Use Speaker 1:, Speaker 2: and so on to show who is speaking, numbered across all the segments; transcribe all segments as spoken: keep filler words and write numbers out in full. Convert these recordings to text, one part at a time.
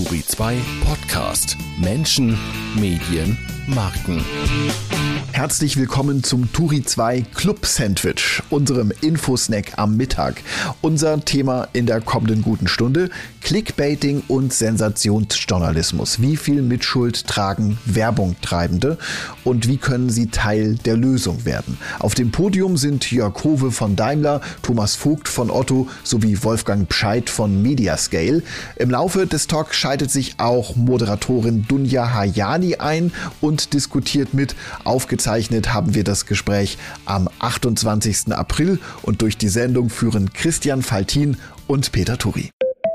Speaker 1: Turi zwei Podcast. Menschen, Medien, Marken.
Speaker 2: Herzlich willkommen zum Turi zwei Club Sandwich, unserem Infosnack am Mittag. Unser Thema in der kommenden guten Stunde: Clickbaiting und Sensationsjournalismus. Wie viel Mitschuld tragen Werbungtreibende und wie können sie Teil der Lösung werden? Auf dem Podium sind Jörg Howe von Daimler, Thomas Vogt von Otto sowie Wolfgang Pscheidt von Mediascale. Im Laufe des Talks schaltet sich auch Moderatorin Dunja Hayani ein und diskutiert mit. Aufgezeichnet haben wir das Gespräch am achtundzwanzigsten April und durch die Sendung führen Christian Faltin und Peter Turi.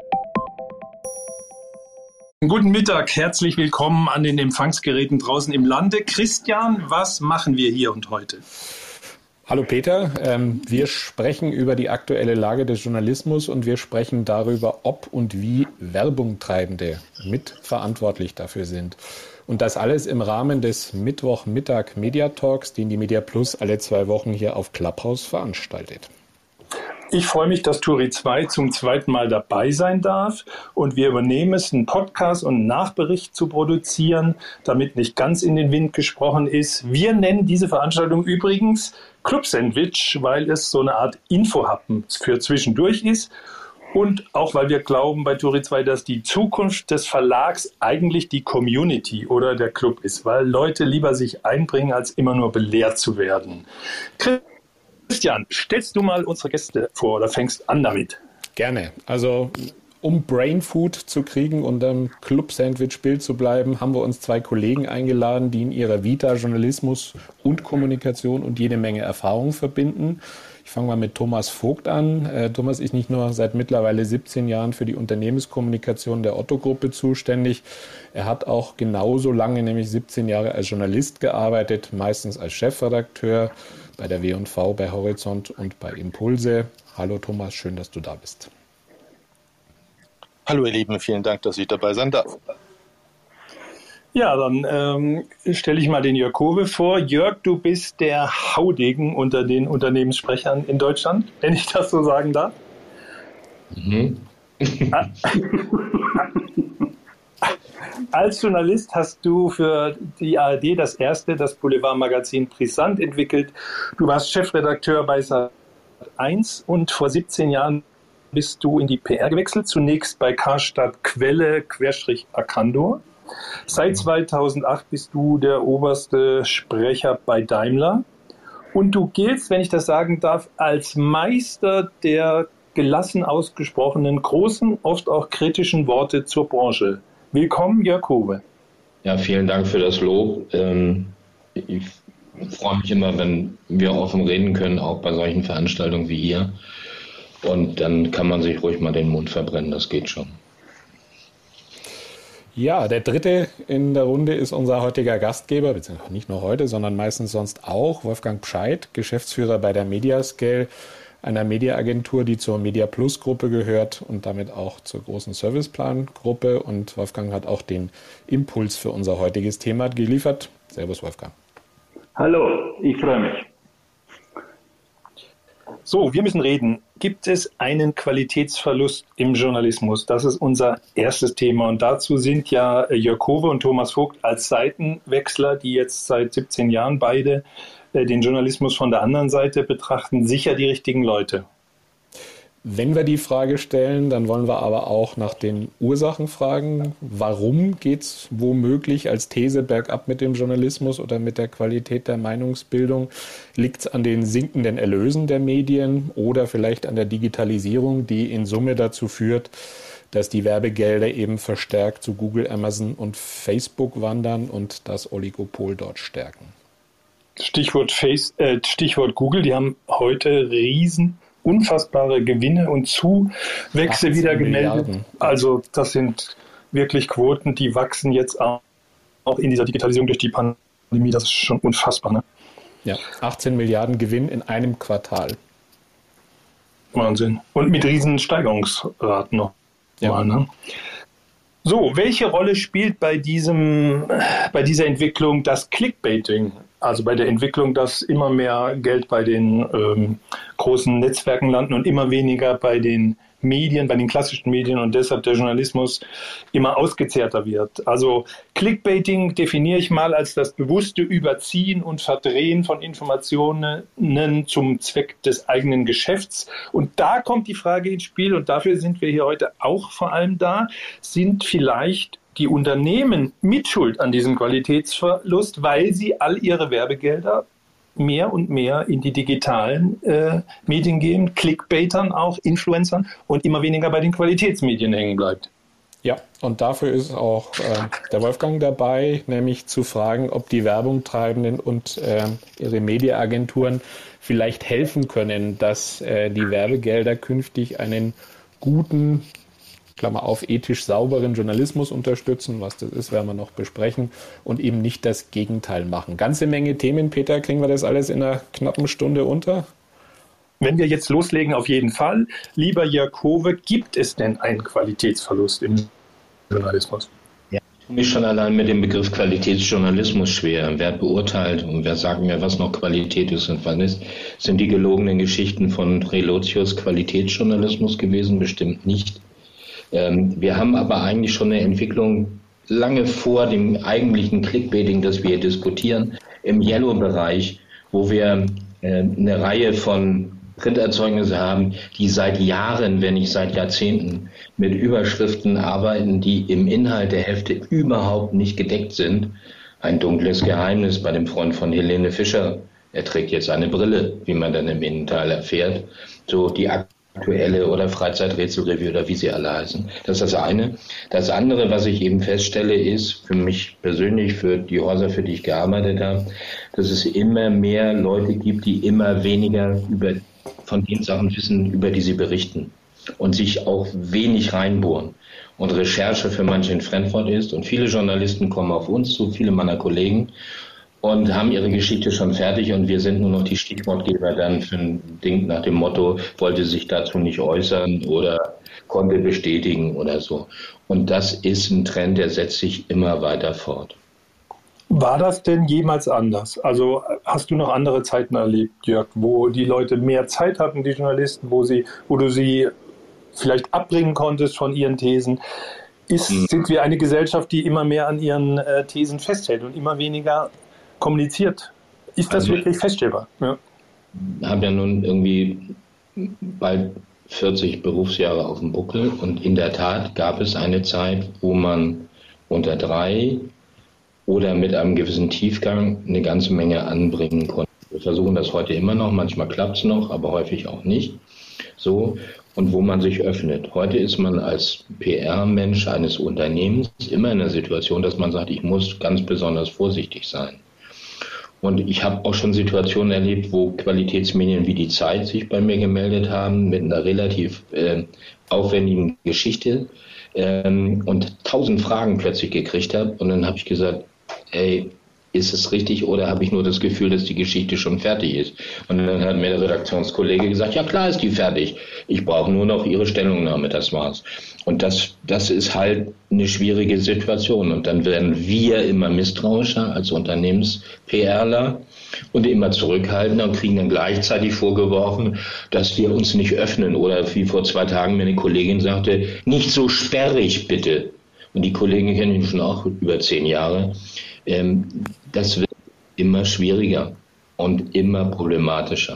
Speaker 3: Guten Mittag, herzlich willkommen an den Empfangsgeräten draußen im Lande. Christian, was machen wir hier und heute?
Speaker 4: Hallo Peter, ähm, wir sprechen über die aktuelle Lage des Journalismus und wir sprechen darüber, ob und wie Werbungtreibende mitverantwortlich dafür sind. Und das alles im Rahmen des Mittwochmittag Media Talks, den die Media Plus alle zwei Wochen hier auf Clubhouse veranstaltet.
Speaker 3: Ich freue mich, dass Turi zwei zum zweiten Mal dabei sein darf und wir übernehmen es, einen Podcast und einen Nachbericht zu produzieren, damit nicht ganz in den Wind gesprochen ist. Wir nennen diese Veranstaltung übrigens Club Sandwich, weil es so eine Art Infohappen für zwischendurch ist. Und auch, weil wir glauben bei Turi zwei, dass die Zukunft des Verlags eigentlich die Community oder der Club ist, weil Leute lieber sich einbringen, als immer nur belehrt zu werden. Christian, stellst du mal unsere Gäste vor oder fängst an damit?
Speaker 4: Gerne. Also um Brainfood zu kriegen und am Club-Sandwich-Bild zu bleiben, haben wir uns zwei Kollegen eingeladen, die in ihrer Vita Journalismus und Kommunikation und jede Menge Erfahrung verbinden. Ich fange mal mit Thomas Vogt an. Äh, Thomas ist nicht nur seit mittlerweile siebzehn Jahren für die Unternehmenskommunikation der Otto-Gruppe zuständig. Er hat auch genauso lange, nämlich siebzehn Jahre als Journalist gearbeitet, meistens als Chefredakteur bei der W und V, bei Horizont und bei Impulse. Hallo Thomas, schön, dass du da bist.
Speaker 5: Hallo ihr Lieben, vielen Dank, dass ich dabei sein darf.
Speaker 3: Ja, dann ähm, stelle ich mal den Jörg Howe vor. Jörg, du bist der Haudegen unter den Unternehmenssprechern in Deutschland, wenn ich das so sagen darf.
Speaker 6: Mhm.
Speaker 3: Als Journalist hast du für die A R D das erste, das Boulevardmagazin Brisant entwickelt. Du warst Chefredakteur bei Sat eins und vor siebzehn Jahren bist du in die P R gewechselt, zunächst bei Karstadt Quelle Querstrich Arcandor. Seit zweitausendacht bist du der oberste Sprecher bei Daimler und du giltst, wenn ich das sagen darf, als Meister der gelassen ausgesprochenen, großen, oft auch kritischen Worte zur Branche. Willkommen, Jörg Howe.
Speaker 6: Ja, vielen Dank für das Lob. Ich freue mich immer, wenn wir offen reden können, auch bei solchen Veranstaltungen wie hier. Und dann kann man sich ruhig mal den Mund verbrennen, das geht schon.
Speaker 4: Ja, der dritte in der Runde ist unser heutiger Gastgeber, beziehungsweise nicht nur heute, sondern meistens sonst auch, Wolfgang Pscheidt, Geschäftsführer bei der Mediascale, einer Mediaagentur, die zur Media Plus Gruppe gehört und damit auch zur großen Serviceplan Gruppe. Und Wolfgang hat auch den Impuls für unser heutiges Thema geliefert. Servus Wolfgang.
Speaker 7: Hallo, ich freue mich.
Speaker 3: So, wir müssen reden. Gibt es einen Qualitätsverlust im Journalismus? Das ist unser erstes Thema. Und dazu sind ja Jörg Howe und Thomas Vogt als Seitenwechsler, die jetzt seit siebzehn Jahren beide den Journalismus von der anderen Seite betrachten, sicher die richtigen Leute.
Speaker 4: Wenn wir die Frage stellen, dann wollen wir aber auch nach den Ursachen fragen. Warum geht es womöglich als These bergab mit dem Journalismus oder mit der Qualität der Meinungsbildung? Liegt es an den sinkenden Erlösen der Medien oder vielleicht an der Digitalisierung, die in Summe dazu führt, dass die Werbegelder eben verstärkt zu Google, Amazon und Facebook wandern und das Oligopol dort stärken?
Speaker 3: Stichwort, Face, äh, Stichwort Google, die haben heute riesen unfassbare Gewinne und Zuwächse wieder gemeldet. Milliarden. Also das sind wirklich Quoten, die wachsen jetzt auch in dieser Digitalisierung durch die Pandemie. Das ist schon unfassbar. Ne?
Speaker 4: Ja, achtzehn Milliarden Gewinn in einem Quartal.
Speaker 3: Wahnsinn. Und mit riesen Steigerungsraten noch.
Speaker 4: Ja.
Speaker 3: Mal, ne? So, welche Rolle spielt bei diesem, bei dieser Entwicklung das Clickbaiting? Also bei der Entwicklung, dass immer mehr Geld bei den ähm, großen Netzwerken landen und immer weniger bei den Medien, bei den klassischen Medien und deshalb der Journalismus immer ausgezehrter wird. Also Clickbaiting definiere ich mal als das bewusste Überziehen und Verdrehen von Informationen zum Zweck des eigenen Geschäfts. Und da kommt die Frage ins Spiel und dafür sind wir hier heute auch vor allem da, sind vielleicht die Unternehmen mitschuld an diesem Qualitätsverlust, weil sie all ihre Werbegelder mehr und mehr in die digitalen äh, Medien gehen, Clickbaitern auch, Influencern und immer weniger bei den Qualitätsmedien hängen bleibt.
Speaker 4: Ja, und dafür ist auch äh, der Wolfgang dabei, nämlich zu fragen, ob die Werbungtreibenden und äh, ihre Mediaagenturen vielleicht helfen können, dass äh, die Werbegelder künftig einen guten, Klammer auf, ethisch sauberen Journalismus unterstützen. Was das ist, werden wir noch besprechen und eben nicht das Gegenteil machen. Ganze Menge Themen, Peter, kriegen wir das alles in einer knappen Stunde unter?
Speaker 3: Wenn wir jetzt loslegen, auf jeden Fall. Lieber Jörg Howe, gibt es denn einen Qualitätsverlust im Journalismus?
Speaker 6: Ja, ich tue mich schon allein mit dem Begriff Qualitätsjournalismus schwer. Wer beurteilt und wer sagt mir, was noch Qualität ist und wann ist? Sind die gelogenen Geschichten von Relotius Qualitätsjournalismus gewesen? Bestimmt nicht. Wir haben aber eigentlich schon eine Entwicklung lange vor dem eigentlichen Clickbaiting, das wir hier diskutieren, im Yellow-Bereich, wo wir eine Reihe von Printerzeugnisse haben, die seit Jahren, wenn nicht seit Jahrzehnten, mit Überschriften arbeiten, die im Inhalt der Hefte überhaupt nicht gedeckt sind. Ein dunkles Geheimnis bei dem Freund von Helene Fischer. Er trägt jetzt eine Brille, wie man dann im Innenteil erfährt. So die aktuelle oder Freizeiträtselrevue oder wie sie alle heißen. Das ist das eine. Das andere, was ich eben feststelle, ist für mich persönlich, für die Häuser, für die ich gearbeitet habe, dass es immer mehr Leute gibt, die immer weniger über, von den Sachen wissen, über die sie berichten und sich auch wenig reinbohren. Und Recherche für manche in Frankfurt ist und viele Journalisten kommen auf uns zu, viele meiner Kollegen, und haben ihre Geschichte schon fertig und wir sind nur noch die Stichwortgeber dann für ein Ding nach dem Motto, wollte sich dazu nicht äußern oder konnte bestätigen oder so. Und das ist ein Trend, der setzt sich immer weiter fort.
Speaker 3: War das denn jemals anders? Also hast du noch andere Zeiten erlebt, Jörg, wo die Leute mehr Zeit hatten, die Journalisten, wo sie, wo du sie vielleicht abbringen konntest von ihren Thesen? Ist, hm. Sind wir eine Gesellschaft, die immer mehr an ihren äh, Thesen festhält und immer weniger kommuniziert? Ist das also, wirklich feststellbar? Ja.
Speaker 6: Ich habe ja nun irgendwie bald vierzig Berufsjahre auf dem Buckel und in der Tat gab es eine Zeit, wo man unter drei oder mit einem gewissen Tiefgang eine ganze Menge anbringen konnte. Wir versuchen das heute immer noch, manchmal klappt es noch, aber häufig auch nicht. So, und wo man sich öffnet. Heute ist man als P R-Mensch eines Unternehmens immer in der Situation, dass man sagt, ich muss ganz besonders vorsichtig sein. Und ich habe auch schon Situationen erlebt, wo Qualitätsmedien wie die Zeit sich bei mir gemeldet haben mit einer relativ äh, aufwendigen Geschichte ähm, und tausend Fragen plötzlich gekriegt habe. Und dann habe ich gesagt, ey, ist es richtig oder habe ich nur das Gefühl, dass die Geschichte schon fertig ist? Und dann hat mir der Redaktionskollege gesagt, ja klar ist die fertig. Ich brauche nur noch Ihre Stellungnahme, das war's. Und das, das ist halt eine schwierige Situation. Und dann werden wir immer misstrauischer als Unternehmens-PRler und immer zurückhaltender und kriegen dann gleichzeitig vorgeworfen, dass wir uns nicht öffnen. Oder wie vor zwei Tagen mir eine Kollegin sagte, nicht so sperrig bitte. Und die Kollegin kenne ich schon auch über zehn Jahre. Ähm, das wird immer schwieriger und immer problematischer.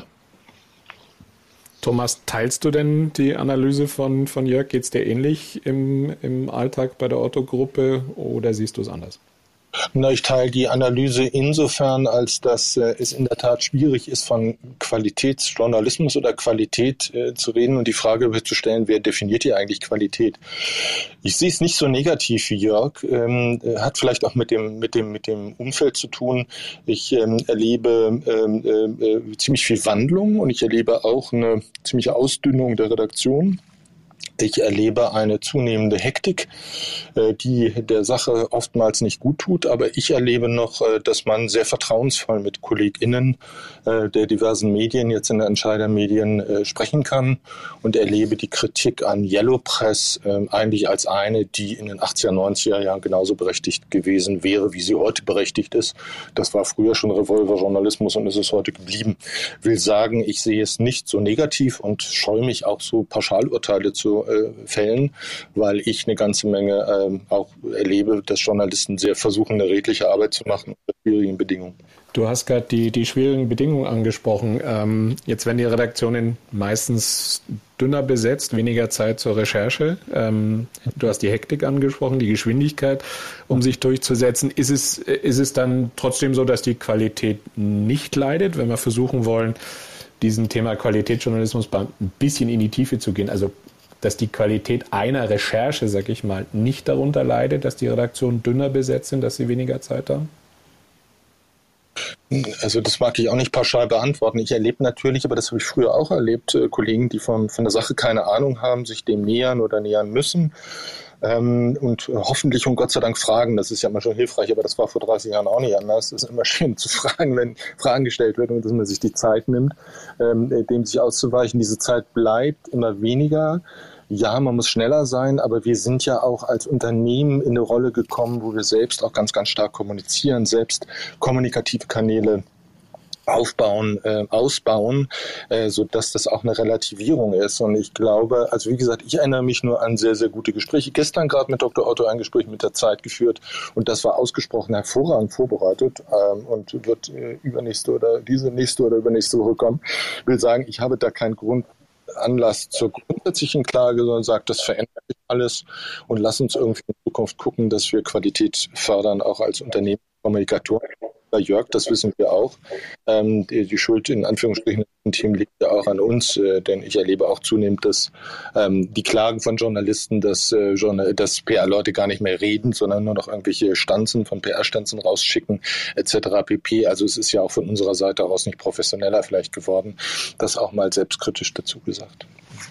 Speaker 4: Thomas, teilst du denn die Analyse von, von Jörg? Geht es dir ähnlich im, im Alltag bei der Otto-Gruppe oder siehst du es anders?
Speaker 8: Na, ich teile die Analyse insofern, als dass äh, es in der Tat schwierig ist, von Qualitätsjournalismus oder Qualität äh, zu reden und die Frage zu stellen, wer definiert hier eigentlich Qualität? Ich sehe es nicht so negativ wie Jörg, ähm, hat vielleicht auch mit dem, mit dem, mit dem Umfeld zu tun. Ich ähm, erlebe ähm, äh, ziemlich viel Wandlung und ich erlebe auch eine ziemliche Ausdünnung der Redaktion. Ich erlebe eine zunehmende Hektik, die der Sache oftmals nicht gut tut, aber ich erlebe noch, dass man sehr vertrauensvoll mit KollegInnen der diversen Medien, jetzt in der Entscheidermedien, sprechen kann und erlebe die Kritik an Yellow Press eigentlich als eine, die in den achtziger, neunziger Jahren genauso berechtigt gewesen wäre, wie sie heute berechtigt ist. Das war früher schon Revolverjournalismus und ist es heute geblieben. Ich will sagen, ich sehe es nicht so negativ und scheue mich auch so Pauschalurteile zu äh, fällen, weil ich eine ganze Menge äh, auch erlebe, dass Journalisten sehr versuchen, eine redliche Arbeit zu machen unter schwierigen Bedingungen.
Speaker 4: Du hast gerade die, die schwierigen Bedingungen angesprochen. Ähm, jetzt werden die Redaktionen meistens dünner besetzt, weniger Zeit zur Recherche. Ähm, du hast die Hektik angesprochen, die Geschwindigkeit, um sich durchzusetzen. Ist es, ist es dann trotzdem so, dass die Qualität nicht leidet, wenn wir versuchen wollen, diesem Thema Qualitätsjournalismus ein bisschen in die Tiefe zu gehen? Also, dass die Qualität einer Recherche, sag ich mal, nicht darunter leidet, dass die Redaktionen dünner besetzt sind, dass sie weniger Zeit haben?
Speaker 8: Also das mag ich auch nicht pauschal beantworten. Ich erlebe natürlich, aber das habe ich früher auch erlebt, äh, Kollegen, die von, von der Sache keine Ahnung haben, sich dem nähern oder nähern müssen ähm, und hoffentlich und Gott sei Dank fragen. Das ist ja immer schon hilfreich, aber das war vor dreißig Jahren auch nicht anders. Es ist immer schön zu fragen, wenn Fragen gestellt werden und dass man sich die Zeit nimmt, ähm, dem sich auszuweichen. Diese Zeit bleibt immer weniger. Ja, man muss schneller sein, aber wir sind ja auch als Unternehmen in eine Rolle gekommen, wo wir selbst auch ganz, ganz stark kommunizieren, selbst kommunikative Kanäle aufbauen, äh, ausbauen, äh, sodass das auch eine Relativierung ist. Und ich glaube, also wie gesagt, ich erinnere mich nur an sehr, sehr gute Gespräche. Gestern gerade mit Doktor Otto ein Gespräch mit der Zeit geführt und das war ausgesprochen hervorragend vorbereitet ähm, und wird äh, übernächste oder diese nächste oder übernächste Woche kommen. Ich will sagen, ich habe da keinen Grund, Anlass zur grundsätzlichen Klage, sondern sagt, das verändert sich alles und lass uns irgendwie in Zukunft gucken, dass wir Qualität fördern, auch als Unternehmen, Kommunikatoren. Bei Jörg, das wissen wir auch. Ähm, die, die Schuld in Anführungsstrichen im Team liegt ja auch an uns, äh, denn ich erlebe auch zunehmend, dass ähm, die Klagen von Journalisten, dass, äh, Journal- dass P R-Leute gar nicht mehr reden, sondern nur noch irgendwelche Stanzen von P R-Stanzen rausschicken, et cetera pp. Also es ist ja auch von unserer Seite aus nicht professioneller vielleicht geworden. Das auch mal selbstkritisch dazu gesagt.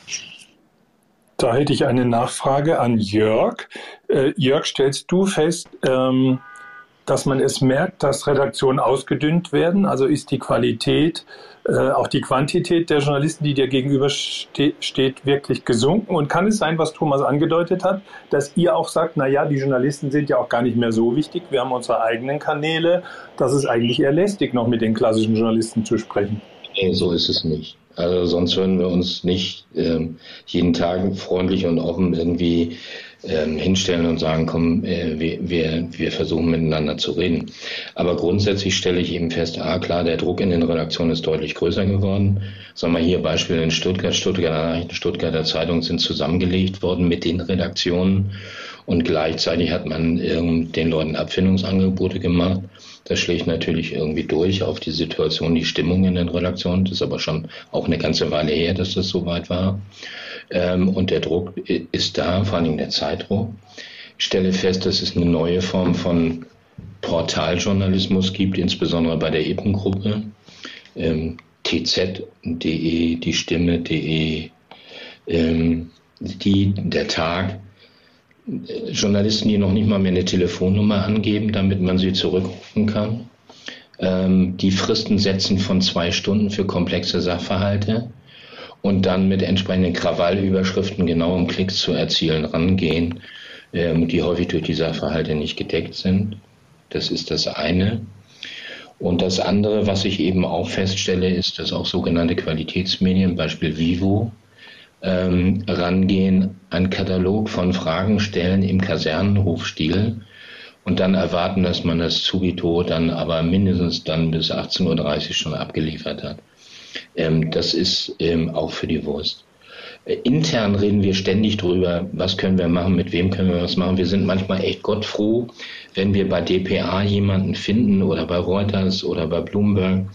Speaker 3: Da hätte ich eine Nachfrage an Jörg. Äh, Jörg, stellst du fest, ähm, dass man es merkt, dass Redaktionen ausgedünnt werden? Also ist die Qualität, äh, auch die Quantität der Journalisten, die dir gegenüber ste- steht, wirklich gesunken? Und kann es sein, was Thomas angedeutet hat, dass ihr auch sagt, na ja, die Journalisten sind ja auch gar nicht mehr so wichtig, wir haben unsere eigenen Kanäle, das ist eigentlich eher lästig, noch mit den klassischen Journalisten zu sprechen?
Speaker 6: Nee, so ist es nicht. Also sonst würden wir uns nicht ähm, jeden Tag freundlich und offen irgendwie ähm, hinstellen und sagen, komm, äh, wir, wir, wir versuchen miteinander zu reden. Aber grundsätzlich stelle ich eben fest, ah klar, der Druck in den Redaktionen ist deutlich größer geworden. Sagen wir hier Beispiel in Stuttgart, Stuttgarter Nachrichten, Stuttgarter Zeitung sind zusammengelegt worden mit den Redaktionen und gleichzeitig hat man ähm, den Leuten Abfindungsangebote gemacht. Das schlägt natürlich irgendwie durch auf die Situation, die Stimmung in den Redaktionen. Das ist aber schon auch eine ganze Weile her, dass das so weit war. Ähm, und der Druck ist da, vor allem der Zeitdruck. Ich stelle fest, dass es eine neue Form von Portaljournalismus gibt, insbesondere bei der Epen-Gruppe. Ähm, T Z punkt de, die Stimme punkt de, ähm, die, der Tag. Journalisten, die noch nicht mal mehr eine Telefonnummer angeben, damit man sie zurückrufen kann. Ähm, die Fristen setzen von zwei Stunden für komplexe Sachverhalte und dann mit entsprechenden Krawallüberschriften genau um Klicks zu erzielen rangehen, ähm, die häufig durch die Sachverhalte nicht gedeckt sind. Das ist das eine. Und das andere, was ich eben auch feststelle, ist, dass auch sogenannte Qualitätsmedien, Beispiel Vivo, Ähm, rangehen, einen Katalog von Fragen stellen im Kasernenhofstil und dann erwarten, dass man das subito dann aber mindestens dann bis achtzehn Uhr dreißig schon abgeliefert hat. Ähm, das ist ähm, auch für die Wurst. Äh, intern reden wir ständig drüber, was können wir machen, mit wem können wir was machen. Wir sind manchmal echt gottfroh, wenn wir bei D P A jemanden finden oder bei Reuters oder bei Bloomberg,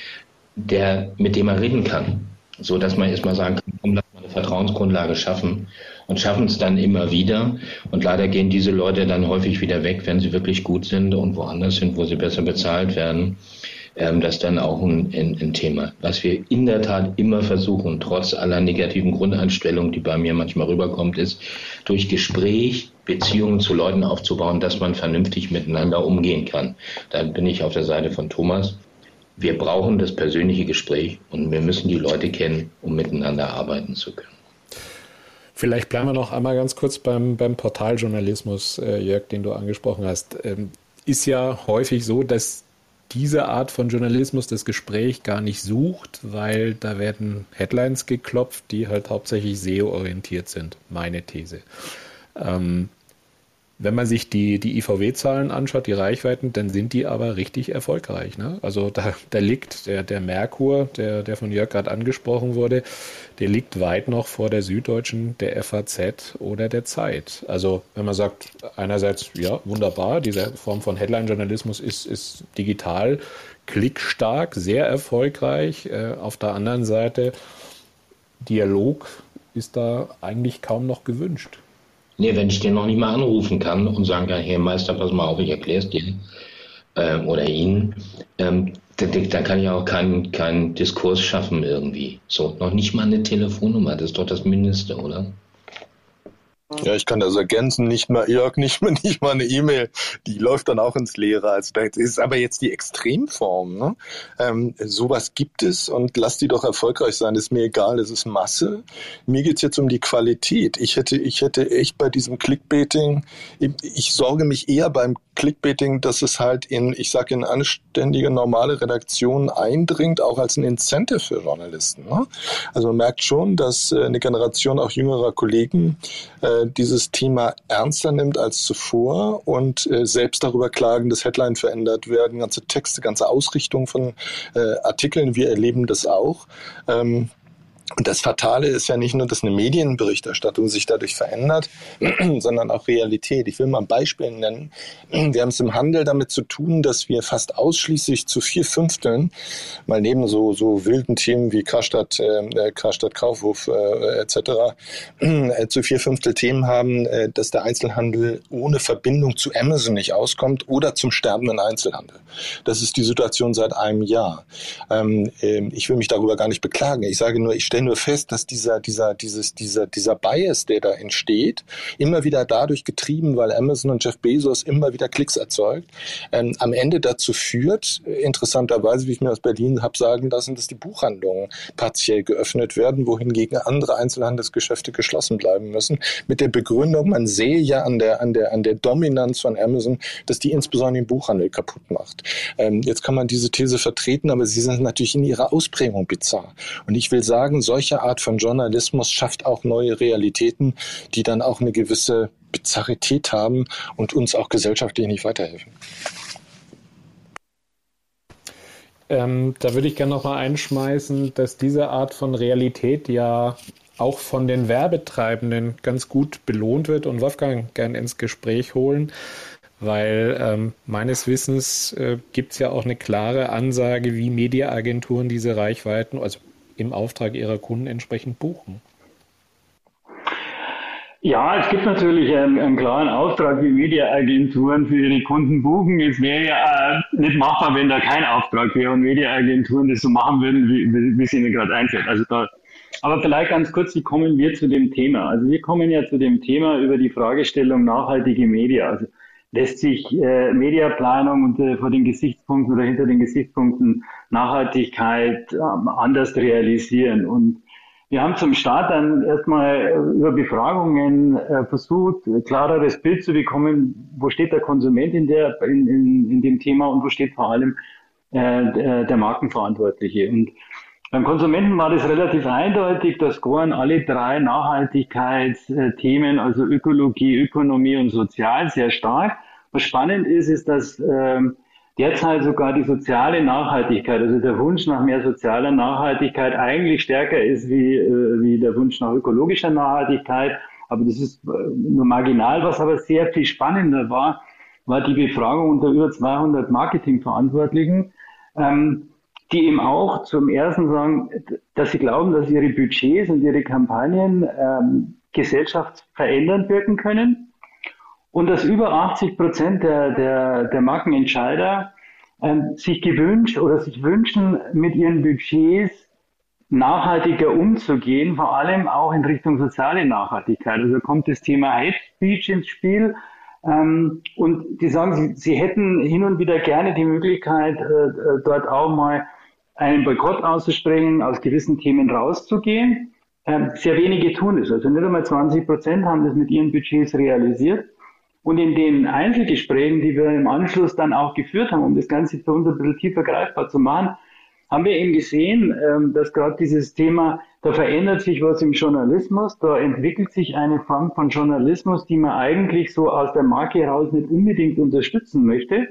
Speaker 6: der, mit dem man reden kann. So dass man erstmal sagen kann, komm, lass mal eine Vertrauensgrundlage schaffen und schaffen es dann immer wieder. Und leider gehen diese Leute dann häufig wieder weg, wenn sie wirklich gut sind und woanders sind, wo sie besser bezahlt werden. ähm, das ist dann auch ein, ein, ein Thema. Was wir in der Tat immer versuchen, trotz aller negativen Grundeinstellungen, die bei mir manchmal rüberkommt, ist, durch Gespräch Beziehungen zu Leuten aufzubauen, dass man vernünftig miteinander umgehen kann. Da bin ich auf der Seite von Thomas. Wir brauchen das persönliche Gespräch und wir müssen die Leute kennen, um miteinander arbeiten zu können.
Speaker 4: Vielleicht bleiben wir noch einmal ganz kurz beim, beim Portaljournalismus, äh, Jörg, den du angesprochen hast. Ähm, ist ja häufig so, dass diese Art von Journalismus das Gespräch gar nicht sucht, weil da werden Headlines geklopft, die halt hauptsächlich S E O-orientiert sind, meine These. Ähm, wenn man sich die, die I V W-Zahlen anschaut, die Reichweiten, dann sind die aber richtig erfolgreich. Ne? Also da, da liegt der, der Merkur, der, der von Jörg gerade angesprochen wurde, der liegt weit noch vor der Süddeutschen, der F A Z oder der Zeit. Also wenn man sagt, einerseits, ja, wunderbar, diese Form von Headline-Journalismus ist, ist digital, klickstark, sehr erfolgreich. Äh, auf der anderen Seite, Dialog ist da eigentlich kaum noch gewünscht.
Speaker 6: Nee, wenn ich den noch nicht mal anrufen kann und sagen kann, hey Meister, pass mal auf, ich erkläre es dir ähm, oder Ihnen, ähm, dann, dann kann ich auch keinen keinen Diskurs schaffen irgendwie. So, noch nicht mal eine Telefonnummer, das ist doch das Mindeste, oder?
Speaker 8: Ja, ich kann das ergänzen, nicht mal Jörg, nicht mal, nicht mal eine E-Mail, die läuft dann auch ins Leere. Also das ist aber jetzt die Extremform. Ne? Ähm, sowas gibt es und lass die doch erfolgreich sein, ist mir egal, das ist Masse. Mir geht's jetzt um die Qualität. Ich hätte, ich hätte echt bei diesem Clickbaiting, ich, ich sorge mich eher beim Clickbaiting, dass es halt in, ich sage, in anständige, normale Redaktionen eindringt, auch als ein Incentive für Journalisten. Ne? Also man merkt schon, dass äh, eine Generation auch jüngerer Kollegen äh, dieses Thema ernster nimmt als zuvor und äh, selbst darüber klagen, dass Headline verändert werden, ganze Texte, ganze Ausrichtung von äh, Artikeln. Wir erleben das auch. Ähm, Und das Fatale ist ja nicht nur, dass eine Medienberichterstattung sich dadurch verändert, sondern auch Realität. Ich will mal ein Beispiel nennen. Wir haben es im Handel damit zu tun, dass wir fast ausschließlich zu vier Fünfteln, mal neben so, so wilden Themen wie Karstadt, äh, Karstadt Kaufhof äh, et cetera, äh, zu vier Fünftel Themen haben, äh, dass der Einzelhandel ohne Verbindung zu Amazon nicht auskommt oder zum sterbenden Einzelhandel. Das ist die Situation seit einem Jahr. Ähm, äh, ich will mich darüber gar nicht beklagen. Ich sage nur, ich stelle nur fest, dass dieser, dieser, dieses, dieser, dieser Bias, der da entsteht, immer wieder dadurch getrieben, weil Amazon und Jeff Bezos immer wieder Klicks erzeugt, ähm, am Ende dazu führt, interessanterweise, wie ich mir aus Berlin habe sagen lassen, dass die Buchhandlungen partiell geöffnet werden, wohingegen andere Einzelhandelsgeschäfte geschlossen bleiben müssen, mit der Begründung, man sehe ja an der, an der, an der Dominanz von Amazon, dass die insbesondere den Buchhandel kaputt macht. Ähm, jetzt kann man diese These vertreten, aber sie sind natürlich in ihrer Ausprägung bizarr. Und ich will sagen, solche Art von Journalismus schafft auch neue Realitäten, die dann auch eine gewisse Bizarrität haben und uns auch gesellschaftlich nicht weiterhelfen.
Speaker 4: Ähm, da würde ich gerne noch mal einschmeißen, dass diese Art von Realität ja auch von den Werbetreibenden ganz gut belohnt wird und Wolfgang gern ins Gespräch holen, weil ähm, meines Wissens äh, gibt es ja auch eine klare Ansage, wie Mediaagenturen diese Reichweiten, also im Auftrag ihrer Kunden entsprechend buchen.
Speaker 7: Ja, es gibt natürlich einen, einen klaren Auftrag, wie Mediaagenturen für ihre Kunden buchen. Es wäre ja äh, nicht machbar, wenn da kein Auftrag wäre und Mediaagenturen das so machen würden, wie, wie, wie es ihnen gerade einfällt. Also da, aber vielleicht ganz kurz, wie kommen wir zu dem Thema? Also wir kommen ja zu dem Thema über die Fragestellung nachhaltige Media. Also lässt sich äh, Mediaplanung unter, vor den Gesichtspunkten oder hinter den Gesichtspunkten Nachhaltigkeit äh, anders realisieren. Und wir haben zum Start dann erstmal über Befragungen äh, versucht, ein klareres Bild zu bekommen, wo steht der Konsument in, der, in, in, in dem Thema und wo steht vor allem äh, der Markenverantwortliche. Und beim Konsumenten war das relativ eindeutig, da scoren alle drei Nachhaltigkeitsthemen, also Ökologie, Ökonomie und Sozial, sehr stark. Was spannend ist, ist, dass ähm, derzeit sogar die soziale Nachhaltigkeit, also der Wunsch nach mehr sozialer Nachhaltigkeit eigentlich stärker ist wie, äh, wie der Wunsch nach ökologischer Nachhaltigkeit. Aber das ist äh, nur marginal. Was aber sehr viel spannender war, war die Befragung unter über zweihundert Marketingverantwortlichen, ähm, die eben auch zum ersten sagen, dass sie glauben, dass ihre Budgets und ihre Kampagnen ähm, gesellschaftsverändernd wirken können und dass über achtzig Prozent der, der, der Markenentscheider ähm, sich gewünscht oder sich wünschen, mit ihren Budgets nachhaltiger umzugehen, vor allem auch in Richtung soziale Nachhaltigkeit. Also kommt das Thema Hate Speech ins Spiel. Ähm, und die sagen, sie, sie hätten hin und wieder gerne die Möglichkeit, äh, dort auch mal einen Boykott auszusprechen, aus gewissen Themen rauszugehen. Ähm, sehr wenige tun es. Also nicht einmal zwanzig Prozent haben das mit ihren Budgets realisiert. Und in den Einzelgesprächen, die wir im Anschluss dann auch geführt haben, um das Ganze für uns ein bisschen tiefer greifbar zu machen, haben wir eben gesehen, ähm, dass gerade dieses Thema, da verändert sich was im Journalismus, da entwickelt sich eine Form von Journalismus, die man eigentlich so aus der Marke heraus nicht unbedingt unterstützen möchte.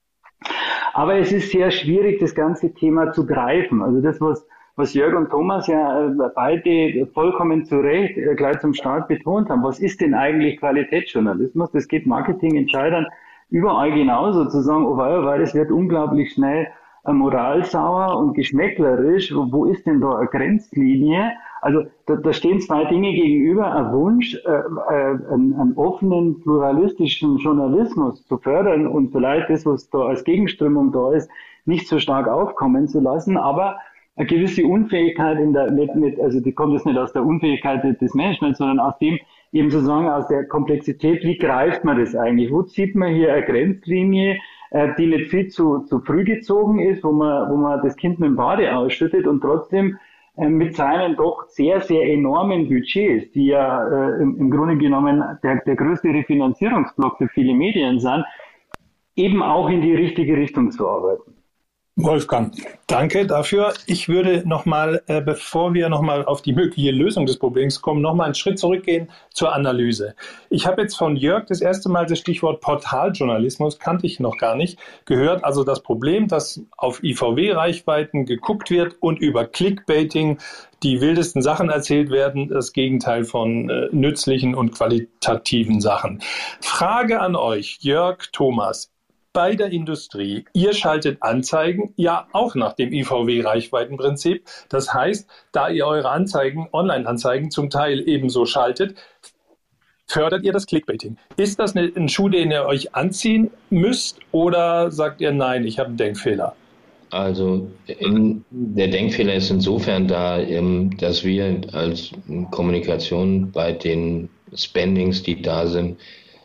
Speaker 7: Aber es ist sehr schwierig, das ganze Thema zu greifen. Also das, was, was Jörg und Thomas ja äh, beide vollkommen zu Recht äh, gleich zum Start betont haben. Was ist denn eigentlich Qualitätsjournalismus? Das geht Marketingentscheidern überall genauso, zu sagen, oh weil, weil das wird unglaublich schnell äh, moralsauer und geschmäcklerisch. Wo, wo ist denn da eine Grenzlinie? Also da, da stehen zwei Dinge gegenüber, ein Wunsch, äh, äh, einen, einen offenen, pluralistischen Journalismus zu fördern und vielleicht das, was da als Gegenströmung da ist, nicht so stark aufkommen zu lassen, aber eine gewisse Unfähigkeit in der, nicht, nicht, also die kommt jetzt nicht aus der Unfähigkeit des Managements, sondern aus dem, eben sozusagen aus der Komplexität, wie greift man das eigentlich? Wo zieht man hier eine Grenzlinie, äh, die nicht viel zu, zu früh gezogen ist, wo man, wo man das Kind mit dem Bade ausschüttet und trotzdem äh, mit seinen doch sehr, sehr enormen Budgets, die ja äh, im, im Grunde genommen der, der größte Refinanzierungsblock für viele Medien sind, eben auch in die richtige Richtung zu arbeiten.
Speaker 3: Wolfgang, danke dafür. Ich würde nochmal, äh, bevor wir nochmal auf die mögliche Lösung des Problems kommen, nochmal einen Schritt zurückgehen zur Analyse. Ich habe jetzt von Jörg das erste Mal das Stichwort Portaljournalismus, kannte ich noch gar nicht, gehört. Also das Problem, dass auf I V W-Reichweiten geguckt wird und über Clickbaiting die wildesten Sachen erzählt werden, das Gegenteil von äh, nützlichen und qualitativen Sachen. Frage an euch, Jörg, Thomas. Bei der Industrie, ihr schaltet Anzeigen, ja auch nach dem I V W-Reichweitenprinzip. Das heißt, da ihr eure Anzeigen, Online-Anzeigen zum Teil ebenso schaltet, fördert ihr das Clickbaiting. Ist das ein Schuh, den ihr euch anziehen müsst oder sagt ihr, nein, ich habe einen Denkfehler?
Speaker 6: Also in, der Denkfehler ist insofern da, dass wir als Kommunikation bei den Spendings, die da sind,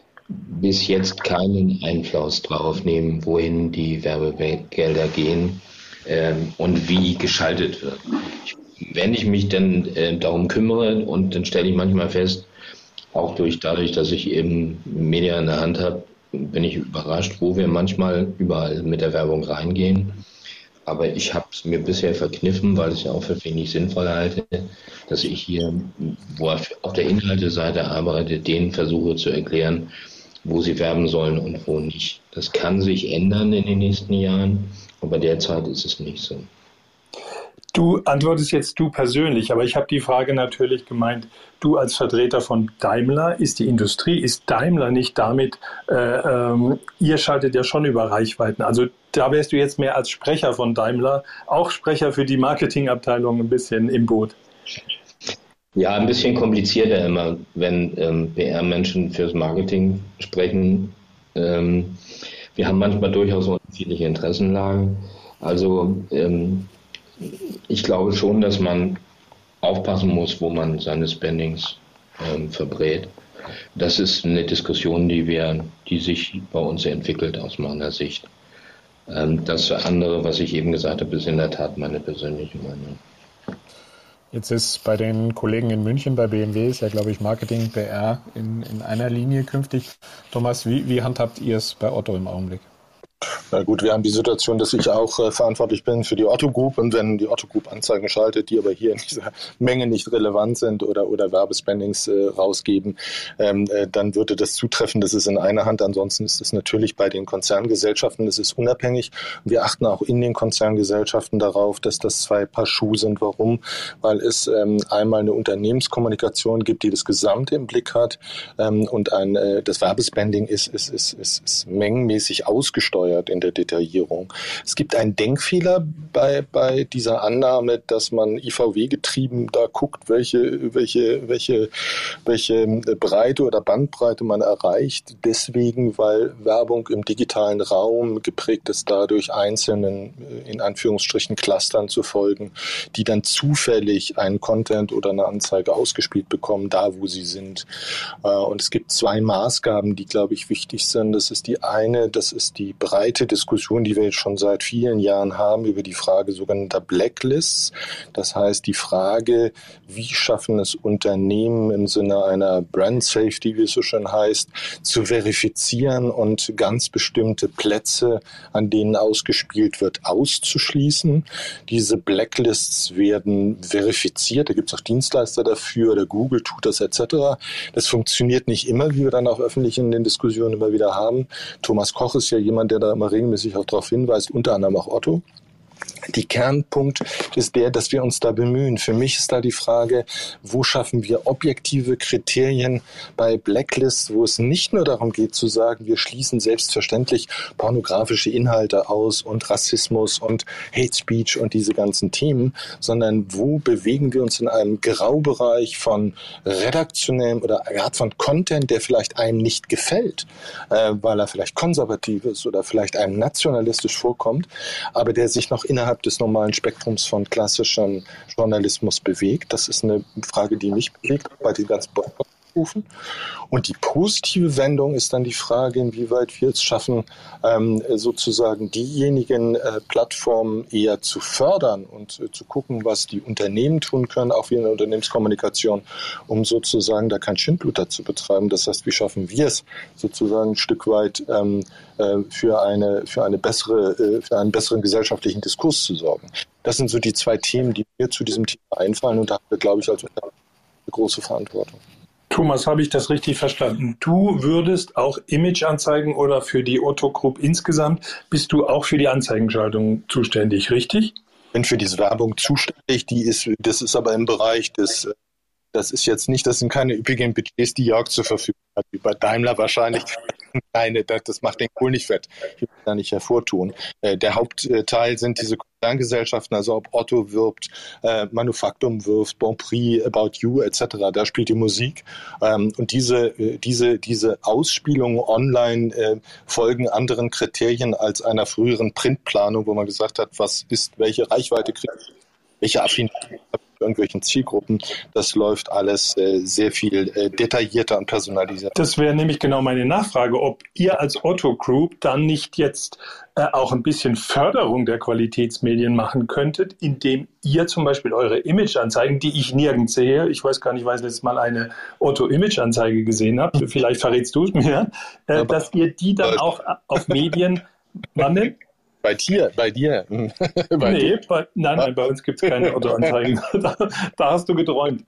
Speaker 6: bis jetzt keinen Einfluss darauf nehmen, wohin die Werbegelder gehen ähm, und wie geschaltet wird. Ich, wenn ich mich dann äh, darum kümmere und dann stelle ich manchmal fest, auch durch dadurch, dass ich eben Media in der Hand habe, bin ich überrascht, wo wir manchmal überall mit der Werbung reingehen. Aber ich habe es mir bisher verkniffen, weil ich es ja auch für wenig sinnvoll halte, dass ich hier, wo ich auf der Inhalteseite arbeite, denen versuche zu erklären, wo sie werben sollen und wo nicht. Das kann sich ändern in den nächsten Jahren, aber derzeit ist es nicht so.
Speaker 3: Du antwortest jetzt du persönlich, aber ich habe die Frage natürlich gemeint, du als Vertreter von Daimler, ist die Industrie, ist Daimler nicht damit, äh, ähm, ihr schaltet ja schon über Reichweiten, also da wärst du jetzt mehr als Sprecher von Daimler, auch Sprecher für die Marketingabteilung ein bisschen im Boot.
Speaker 6: Ja, ein bisschen komplizierter immer, wenn ähm, P R-Menschen fürs Marketing sprechen. Ähm, wir haben manchmal durchaus unterschiedliche Interessenlagen. Also ähm, ich glaube schon, dass man aufpassen muss, wo man seine Spendings ähm, verbrät. Das ist eine Diskussion, die wir, die sich bei uns entwickelt aus meiner Sicht. Ähm, das andere, was ich eben gesagt habe, ist in der Tat meine persönliche Meinung.
Speaker 4: Jetzt ist bei den Kollegen in München, bei B M W, ist ja, glaube ich, Marketing, P R in, in einer Linie künftig. Thomas, wie, wie handhabt ihr es bei Otto im Augenblick?
Speaker 8: Na gut, wir haben die Situation, dass ich auch äh, verantwortlich bin für die Otto Group und wenn die Otto Group Anzeigen schaltet, die aber hier in dieser Menge nicht relevant sind oder, oder Werbespendings äh, rausgeben, ähm, äh, dann würde das zutreffen, das ist in einer Hand. Ansonsten ist es natürlich bei den Konzerngesellschaften, das ist unabhängig. Wir achten auch in den Konzerngesellschaften darauf, dass das zwei Paar Schuhe sind. Warum? Weil es ähm, einmal eine Unternehmenskommunikation gibt, die das Gesamte im Blick hat ähm, und ein, äh, das Werbespending ist, ist, ist, ist, ist mengenmäßig ausgesteuert in in der Detaillierung. Es gibt einen Denkfehler bei, bei dieser Annahme, dass man I V W-getrieben da guckt, welche, welche, welche, welche Breite oder Bandbreite man erreicht. Deswegen, weil Werbung im digitalen Raum geprägt ist, dadurch einzelnen, in Anführungsstrichen, Clustern zu folgen, die dann zufällig einen Content oder eine Anzeige ausgespielt bekommen, da wo sie sind. Und es gibt zwei Maßgaben, die, glaube ich, wichtig sind. Das ist die eine, das ist die breite Diskussion, die wir jetzt schon seit vielen Jahren haben, über die Frage sogenannter Blacklists. Das heißt, die Frage, wie schaffen es Unternehmen im Sinne einer Brand Safety, wie es so schön heißt, zu verifizieren und ganz bestimmte Plätze, an denen ausgespielt wird, auszuschließen. Diese Blacklists werden verifiziert, da gibt es auch Dienstleister dafür, oder Google tut das et cetera. Das funktioniert nicht immer, wie wir dann auch öffentlich in den Diskussionen immer wieder haben. Thomas Koch ist ja jemand, der da immer regelmäßig auch darauf hinweist, unter anderem auch Otto. Die Kernpunkt ist der, dass wir uns da bemühen. Für mich ist da die Frage, wo schaffen wir objektive Kriterien bei Blacklists, wo es nicht nur darum geht zu sagen, wir schließen selbstverständlich pornografische Inhalte aus und Rassismus und Hate Speech und diese ganzen Themen, sondern wo bewegen wir uns in einem Graubereich von redaktionellem oder Art von Content, der vielleicht einem nicht gefällt, äh, weil er vielleicht konservativ ist oder vielleicht einem nationalistisch vorkommt, aber der sich noch innerhalb des normalen Spektrums von klassischem Journalismus bewegt. Das ist eine Frage, die mich bewegt bei den ganzen Boykottrufen. Und die positive Wendung ist dann die Frage, inwieweit wir es schaffen, ähm, sozusagen diejenigen äh, Plattformen eher zu fördern und äh, zu gucken, was die Unternehmen tun können, auch wie in der Unternehmenskommunikation, um sozusagen da kein Schindluder zu betreiben. Das heißt, wie schaffen wir es sozusagen ein Stück weit ähm, äh, für eine, für eine bessere, äh, für einen besseren gesellschaftlichen Diskurs zu sorgen. Das sind so die zwei Themen, die mir zu diesem Thema einfallen, und da haben wir, glaube ich, als Unternehmen eine große Verantwortung.
Speaker 3: Thomas, habe ich das richtig verstanden? Du würdest auch Imageanzeigen oder für die Otto Group insgesamt, bist du auch für die Anzeigenschaltung zuständig, richtig?
Speaker 8: Ich bin für diese Werbung zuständig, die ist, das ist aber im Bereich des, das ist jetzt nicht, das sind keine üppigen Budgets, die Jörg zur Verfügung hat, wie bei Daimler wahrscheinlich. Nein, das macht den Kohl nicht fett. Ich will das da nicht hervortun. Der Hauptteil sind diese Konzerngesellschaften, also ob Otto wirbt, äh, Manufaktum wirft, Bonprix, About You et cetera. Da spielt die Musik. Ähm, und diese, diese, diese Ausspielungen online äh, folgen anderen Kriterien als einer früheren Printplanung, wo man gesagt hat, was ist, welche Reichweite kriegt, welche Affinität irgendwelchen Zielgruppen. Das läuft alles äh, sehr viel äh, detaillierter und personalisierter.
Speaker 3: Das wäre nämlich genau meine Nachfrage, ob ihr als Otto Group dann nicht jetzt äh, auch ein bisschen Förderung der Qualitätsmedien machen könntet, indem ihr zum Beispiel eure Imageanzeigen, die ich nirgends sehe, ich weiß gar nicht, weil ich letztes Mal eine Otto-Image-Anzeige gesehen habe, vielleicht verrätst du es mir, äh, dass ihr die dann auch auf Medien, wann denn?
Speaker 8: Bei dir, bei dir. bei
Speaker 3: nee,
Speaker 8: dir.
Speaker 3: Bei, nein, nein, bei uns gibt es keine Otto-Anzeigen. da, da hast du geträumt.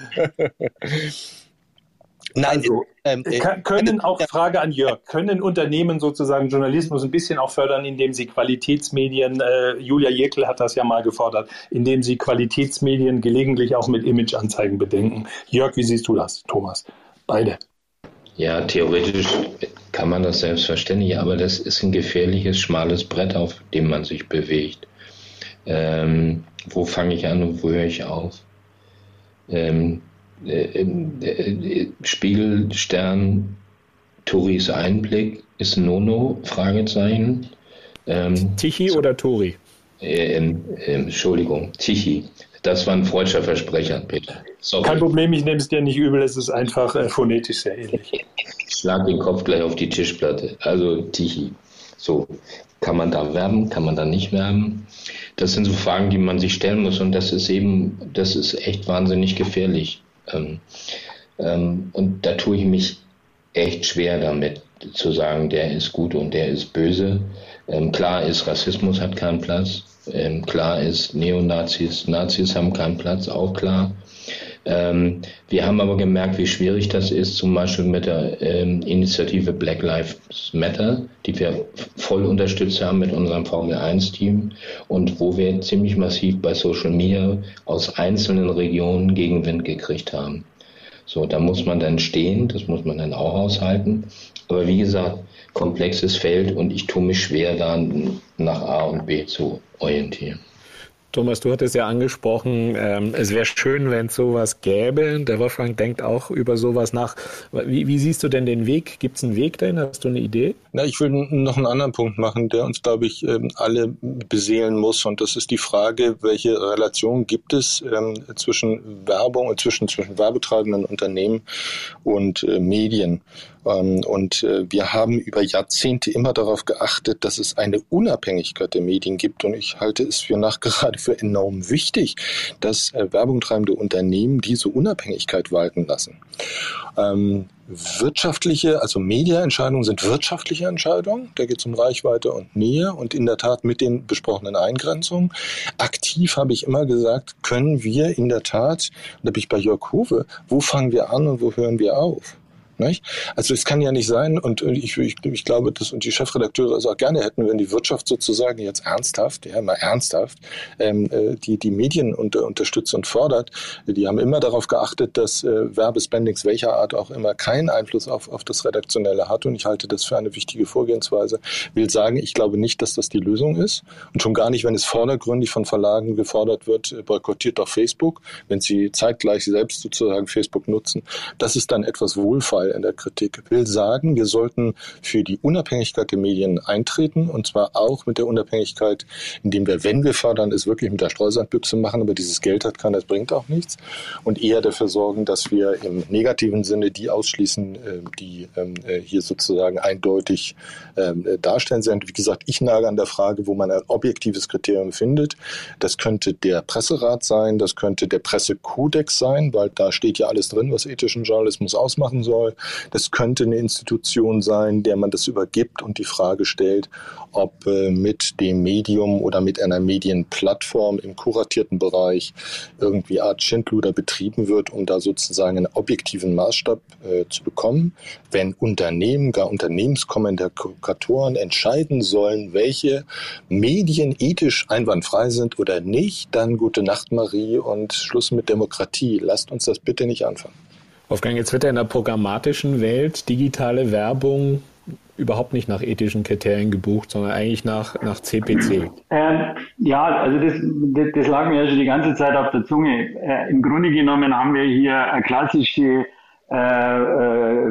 Speaker 8: Nein,
Speaker 3: also, ähm, äh, können auch, Frage an Jörg, können Unternehmen sozusagen Journalismus ein bisschen auch fördern, indem sie Qualitätsmedien, äh, Julia Jekyll hat das ja mal gefordert, indem sie Qualitätsmedien gelegentlich auch mit Imageanzeigen bedenken. Jörg, wie siehst du das, Thomas? Beide.
Speaker 6: Ja, theoretisch kann man das selbstverständlich, aber das ist ein gefährliches, schmales Brett, auf dem man sich bewegt. Ähm, wo fange ich an und wo höre ich auf? Ähm, äh, äh, Spiegel, Stern, Toris Einblick ist Nono? Fragezeichen. Ähm,
Speaker 4: Tichy so, oder Tori?
Speaker 6: Äh, äh, Entschuldigung, Tichy. Das war ein freudscher Versprecher, Peter.
Speaker 3: Sorry. Kein Problem, ich nehme es dir nicht übel, es ist einfach äh, phonetisch sehr ähnlich.
Speaker 6: Ich schlag den Kopf gleich auf die Tischplatte. Also Tichy. So, kann man da werben, kann man da nicht werben? Das sind so Fragen, die man sich stellen muss, und das ist eben, das ist echt wahnsinnig gefährlich. Ähm, ähm, und da tue ich mich echt schwer damit, zu sagen, der ist gut und der ist böse. Ähm, klar ist, Rassismus hat keinen Platz. Ähm, klar ist, Neonazis, Nazis haben keinen Platz, auch klar. Ähm, wir haben aber gemerkt, wie schwierig das ist, zum Beispiel mit der ähm, Initiative Black Lives Matter, die wir voll unterstützt haben mit unserem Formel eins Team und wo wir ziemlich massiv bei Social Media aus einzelnen Regionen Gegenwind gekriegt haben. So, da muss man dann stehen, das muss man dann auch aushalten. Aber wie gesagt, komplexes Feld und ich tue mich schwer, da nach A und B zu orientieren.
Speaker 4: Thomas, du hattest ja angesprochen, ähm, es wäre schön, wenn es sowas gäbe. Der Wolfgang denkt auch über sowas nach. Wie, wie siehst du denn den Weg? Gibt es einen Weg dahin? Hast du eine Idee?
Speaker 8: Na, ich will noch einen anderen Punkt machen, der uns, glaube ich, alle beseelen muss. Und das ist die Frage, welche Relation gibt es ähm, zwischen Werbung und zwischen, zwischen werbetreibenden Unternehmen und äh, Medien. Ähm, und äh, wir haben über Jahrzehnte immer darauf geachtet, dass es eine Unabhängigkeit der Medien gibt. Und ich halte es für nachgerade für enorm wichtig, dass äh, werbungtreibende Unternehmen diese Unabhängigkeit walten lassen. Ähm, wirtschaftliche, also Mediaentscheidungen sind wirtschaftliche Entscheidungen. Da geht es um Reichweite und Nähe und in der Tat mit den besprochenen Eingrenzungen. Aktiv habe ich immer gesagt, können wir in der Tat, da bin ich bei Jörg Howe, wo fangen wir an und wo hören wir auf? Nicht? Also es kann ja nicht sein, und ich, ich, ich glaube, dass und die Chefredakteure es auch gerne hätten, wenn die Wirtschaft sozusagen jetzt ernsthaft, ja mal ernsthaft, ähm, die die Medien unter, unterstützt und fördert. Die haben immer darauf geachtet, dass äh, Werbespendings welcher Art auch immer keinen Einfluss auf, auf das Redaktionelle hat, und ich halte das für eine wichtige Vorgehensweise. Ich will sagen, ich glaube nicht, dass das die Lösung ist, und schon gar nicht, wenn es vordergründig von Verlagen gefordert wird, boykottiert doch Facebook, wenn sie zeitgleich selbst sozusagen Facebook nutzen. Das ist dann etwas wohlfeil in der Kritik. Ich will sagen, wir sollten für die Unabhängigkeit der Medien eintreten, und zwar auch mit der Unabhängigkeit, indem wir, wenn wir fördern, es wirklich mit der Streusandbüchse machen, aber dieses Geld hat keiner, das bringt auch nichts, und eher dafür sorgen, dass wir im negativen Sinne die ausschließen, die hier sozusagen eindeutig darstellen sind. Wie gesagt, ich nage an der Frage, wo man ein objektives Kriterium findet. Das könnte der Presserat sein, das könnte der Pressekodex sein, weil da steht ja alles drin, was ethischen Journalismus ausmachen soll. Das könnte eine Institution sein, der man das übergibt und die Frage stellt, ob äh, mit dem Medium oder mit einer Medienplattform im kuratierten Bereich irgendwie Art Schindluder betrieben wird, um da sozusagen einen objektiven Maßstab äh, zu bekommen. Wenn Unternehmen, gar Unternehmenskommunikatoren entscheiden sollen, welche Medien ethisch einwandfrei sind oder nicht, dann gute Nacht, Marie, und Schluss mit Demokratie. Lasst uns das bitte nicht anfangen.
Speaker 4: Wolfgang, jetzt wird ja in der programmatischen Welt digitale Werbung überhaupt nicht nach ethischen Kriterien gebucht, sondern eigentlich nach, nach C P C.
Speaker 7: Ähm, ja, also das, das, das lag mir ja schon die ganze Zeit auf der Zunge. Äh, Im Grunde genommen haben wir hier eine klassische äh, äh,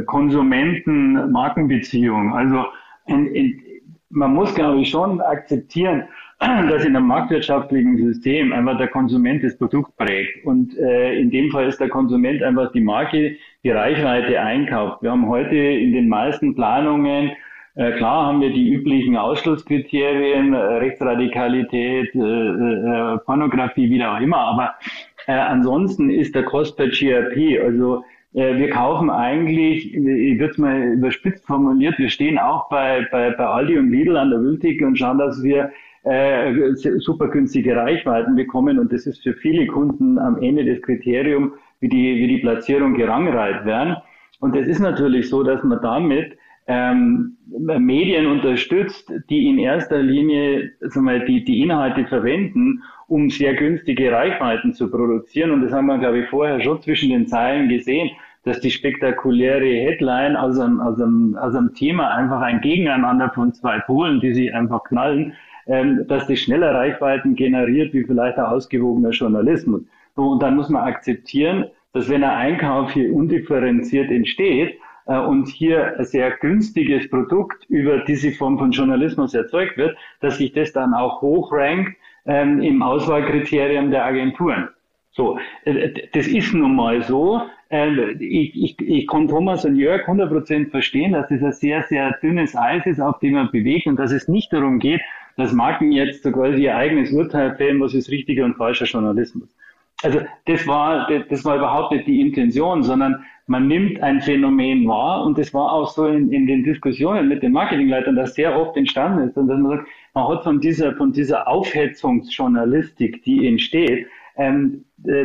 Speaker 7: Konsumenten-Markenbeziehung. Also in, in, man muss, glaube ich, schon akzeptieren, dass in einem marktwirtschaftlichen System einfach der Konsument das Produkt prägt. Und äh, in dem Fall ist der Konsument einfach die Marke, die Reichweite einkauft. Wir haben heute in den meisten Planungen, äh, klar haben wir die üblichen Ausschlusskriterien, äh, Rechtsradikalität, äh, äh, Pornografie, wie auch immer, aber äh, ansonsten ist der Cost per G R P, also äh, wir kaufen eigentlich, ich würde es mal überspitzt formuliert, wir stehen auch bei, bei, bei Aldi und Lidl an der Mülltheke und schauen, dass wir Äh, super günstige Reichweiten bekommen, und das ist für viele Kunden am Ende das Kriterium, wie die, wie die Platzierung gerangreiht werden. Und es ist natürlich so, dass man damit ähm, Medien unterstützt, die in erster Linie, sagen wir, die, die Inhalte verwenden, um sehr günstige Reichweiten zu produzieren. Und das haben wir, glaube ich, vorher schon zwischen den Zeilen gesehen, dass die spektakuläre Headline aus einem, aus einem, aus einem Thema einfach ein Gegeneinander von zwei Polen, die sich einfach knallen, dass das schneller Reichweiten generiert, wie vielleicht ein ausgewogener Journalismus. So, und dann muss man akzeptieren, dass wenn ein Einkauf hier undifferenziert entsteht äh, und hier ein sehr günstiges Produkt über diese Form von Journalismus erzeugt wird, dass sich das dann auch hochrankt ähm, im Auswahlkriterium der Agenturen. So, äh, das ist nun mal so. Äh, ich, ich, ich kann Thomas und Jörg hundert Prozent verstehen, dass das ein sehr, sehr dünnes Eis ist, auf dem man bewegt, und dass es nicht darum geht, dass Marken jetzt so quasi ihr eigenes Urteil fällen, was ist richtiger und falscher Journalismus. Also das war das war überhaupt nicht die Intention, sondern man nimmt ein Phänomen wahr, und das war auch so in, in den Diskussionen mit den Marketingleitern, das sehr oft entstanden ist, und dass man sagt, man hat von dieser von dieser Aufhetzungsjournalistik, die entsteht, ähm,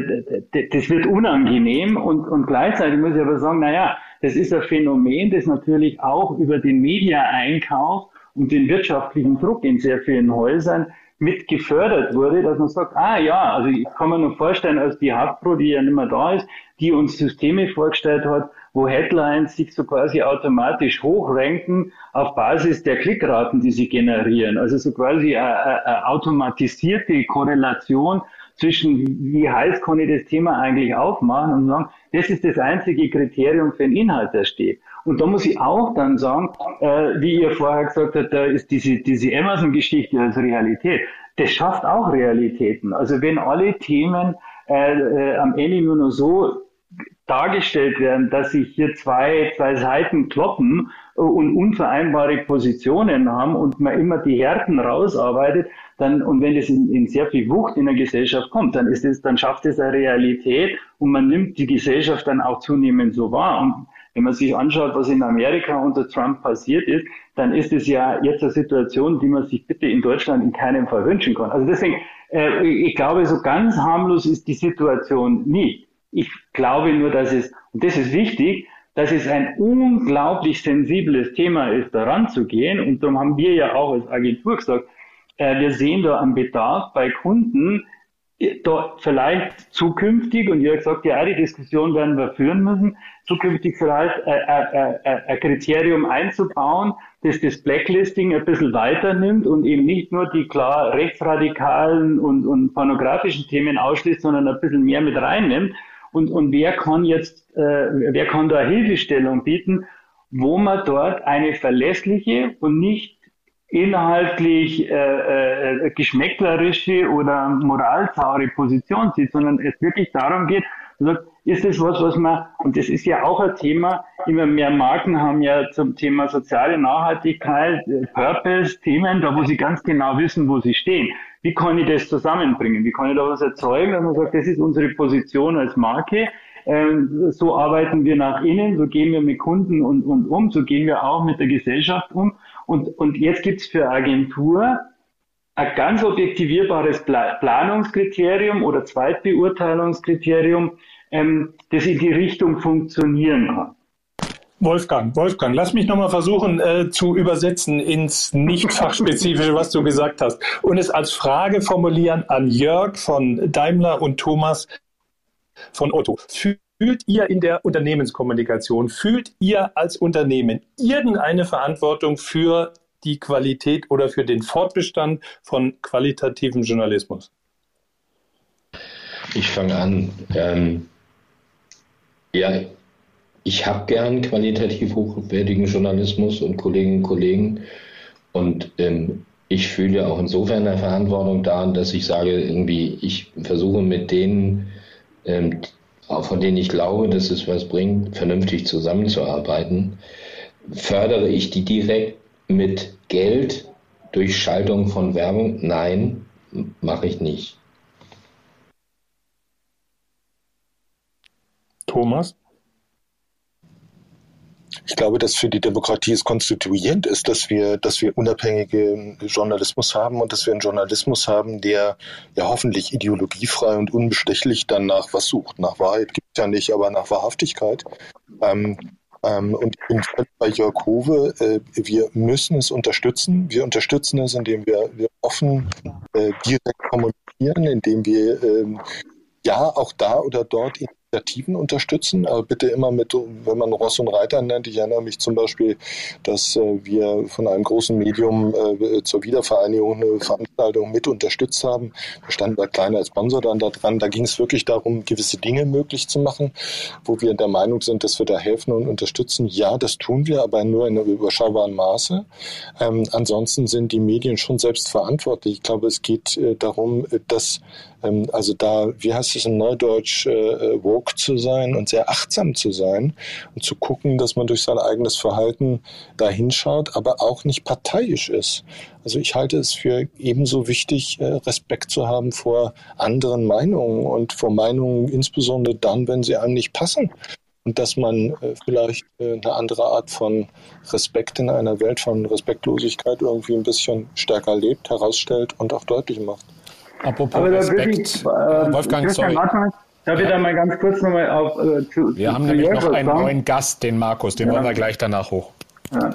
Speaker 7: das wird unangenehm, und, und gleichzeitig muss ich aber sagen, naja, das ist ein Phänomen, das natürlich auch über den Media-Einkauf und den wirtschaftlichen Druck in sehr vielen Häusern mit gefördert wurde, dass man sagt, ah ja, also ich kann mir noch vorstellen, als die Haftpro, die ja nicht mehr da ist, die uns Systeme vorgestellt hat, wo Headlines sich so quasi automatisch hochranken auf Basis der Klickraten, die sie generieren. Also so quasi eine, eine automatisierte Korrelation zwischen, wie heiß kann ich das Thema eigentlich aufmachen und sagen, das ist das einzige Kriterium für den Inhalt, der steht. Und da muss ich auch dann sagen, äh, wie ihr vorher gesagt habt, da ist diese, diese Amazon-Geschichte als Realität. Das schafft auch Realitäten. Also wenn alle Themen äh, äh, am Ende nur noch so dargestellt werden, dass sich hier zwei, zwei Seiten kloppen und unvereinbare Positionen haben und man immer die Härten rausarbeitet, dann, und wenn das in, in sehr viel Wucht in der Gesellschaft kommt, dann ist es, dann schafft es eine Realität und man nimmt die Gesellschaft dann auch zunehmend so wahr. Und wenn man sich anschaut, was in Amerika unter Trump passiert ist, dann ist es ja jetzt eine Situation, die man sich bitte in Deutschland in keinem Fall wünschen kann. Also deswegen, äh, ich glaube, so ganz harmlos ist die Situation nicht. Ich glaube nur, dass es, und das ist wichtig, dass es ein unglaublich sensibles Thema ist, daran zu gehen. Und darum haben wir ja auch als Agentur gesagt, äh, wir sehen da einen Bedarf bei Kunden, da vielleicht zukünftig, und ihr habt gesagt, ja, die Diskussion werden wir führen müssen, zukünftig vielleicht äh, äh, äh, ein Kriterium einzubauen, das das Blacklisting ein bisschen weiter nimmt und eben nicht nur die klar rechtsradikalen und, und pornografischen Themen ausschließt, sondern ein bisschen mehr mit reinnimmt. Und, und wer kann jetzt, äh, wer kann da Hilfestellung bieten, wo man dort eine verlässliche und nicht inhaltlich äh, äh, geschmäcklerische oder moralsaure Position sieht, sondern es wirklich darum geht, also ist es was, was man, und das ist ja auch ein Thema, immer mehr Marken haben ja zum Thema soziale Nachhaltigkeit, Purpose, Themen, da wo sie ganz genau wissen, wo sie stehen. Wie kann ich das zusammenbringen? Wie kann ich da was erzeugen, dass man sagt, das ist unsere Position als Marke, ähm, so arbeiten wir nach innen, so gehen wir mit Kunden und, und um, so gehen wir auch mit der Gesellschaft um. Und, und jetzt gibt's für Agentur ein ganz objektivierbares Planungskriterium oder Zweitbeurteilungskriterium, ähm, das in die Richtung funktionieren kann.
Speaker 3: Wolfgang, Wolfgang, lass mich nochmal versuchen äh, zu übersetzen ins Nicht-Fachspezifische, was du gesagt hast, und es als Frage formulieren an Jörg von Daimler und Thomas von Otto. Fühlt ihr in der Unternehmenskommunikation, fühlt ihr als Unternehmen irgendeine Verantwortung für die Qualität oder für den Fortbestand von qualitativem Journalismus?
Speaker 6: Ich fange an. Ähm, ja, ich habe gern qualitativ hochwertigen Journalismus und Kolleginnen und Kollegen. Und ähm, ich fühle ja auch insofern eine Verantwortung da, dass ich sage, irgendwie, ich versuche mit denen, ähm, auch von denen ich glaube, dass es was bringt, vernünftig zusammenzuarbeiten. Fördere ich die direkt mit Geld durch Schaltung von Werbung? Nein, mache ich nicht.
Speaker 3: Thomas?
Speaker 8: Ich glaube, dass für die Demokratie es konstituierend ist, dass wir, dass wir unabhängigen Journalismus haben und dass wir einen Journalismus haben, der ja hoffentlich ideologiefrei und unbestechlich dann nach was sucht. Nach Wahrheit gibt es ja nicht, aber nach Wahrhaftigkeit. Ähm, ähm, und ich bin bei Jörg Howe, äh, wir müssen es unterstützen. Wir unterstützen es, indem wir, wir offen äh, direkt kommunizieren, indem wir äh, ja auch da oder dort Initiativen unterstützen, aber bitte immer mit, wenn man Ross und Reiter nennt. Ich erinnere mich zum Beispiel, dass äh, wir von einem großen Medium äh, zur Wiedervereinigung eine Veranstaltung mit unterstützt haben. Da stand ein kleiner Sponsor dann da dran. Da ging es wirklich darum, gewisse Dinge möglich zu machen, wo wir der Meinung sind, dass wir da helfen und unterstützen. Ja, das tun wir, aber nur in einem überschaubaren Maße. Ähm, ansonsten sind die Medien schon selbst verantwortlich. Ich glaube, es geht äh, darum, dass ähm, also da, wie heißt es in Neudeutsch, äh, woke zu sein und sehr achtsam zu sein und zu gucken, dass man durch sein eigenes Verhalten da hinschaut, aber auch nicht parteiisch ist. Also ich halte es für ebenso wichtig, Respekt zu haben vor anderen Meinungen und vor Meinungen insbesondere dann, wenn sie einem nicht passen. Und dass man vielleicht eine andere Art von Respekt in einer Welt von Respektlosigkeit irgendwie ein bisschen stärker lebt, herausstellt und auch deutlich macht.
Speaker 4: Apropos
Speaker 7: Aber
Speaker 4: Respekt,
Speaker 7: ich, äh,
Speaker 4: Wolfgang, sorry.
Speaker 7: Darf ich da mal ganz kurz nochmal auf... Äh, zu,
Speaker 4: wir
Speaker 7: zu,
Speaker 4: haben
Speaker 7: zu
Speaker 4: nämlich
Speaker 7: Jörg
Speaker 4: noch einen
Speaker 7: sagen?
Speaker 4: neuen Gast, den Markus, den
Speaker 7: ja.
Speaker 4: wollen wir gleich danach hoch.
Speaker 7: Ja.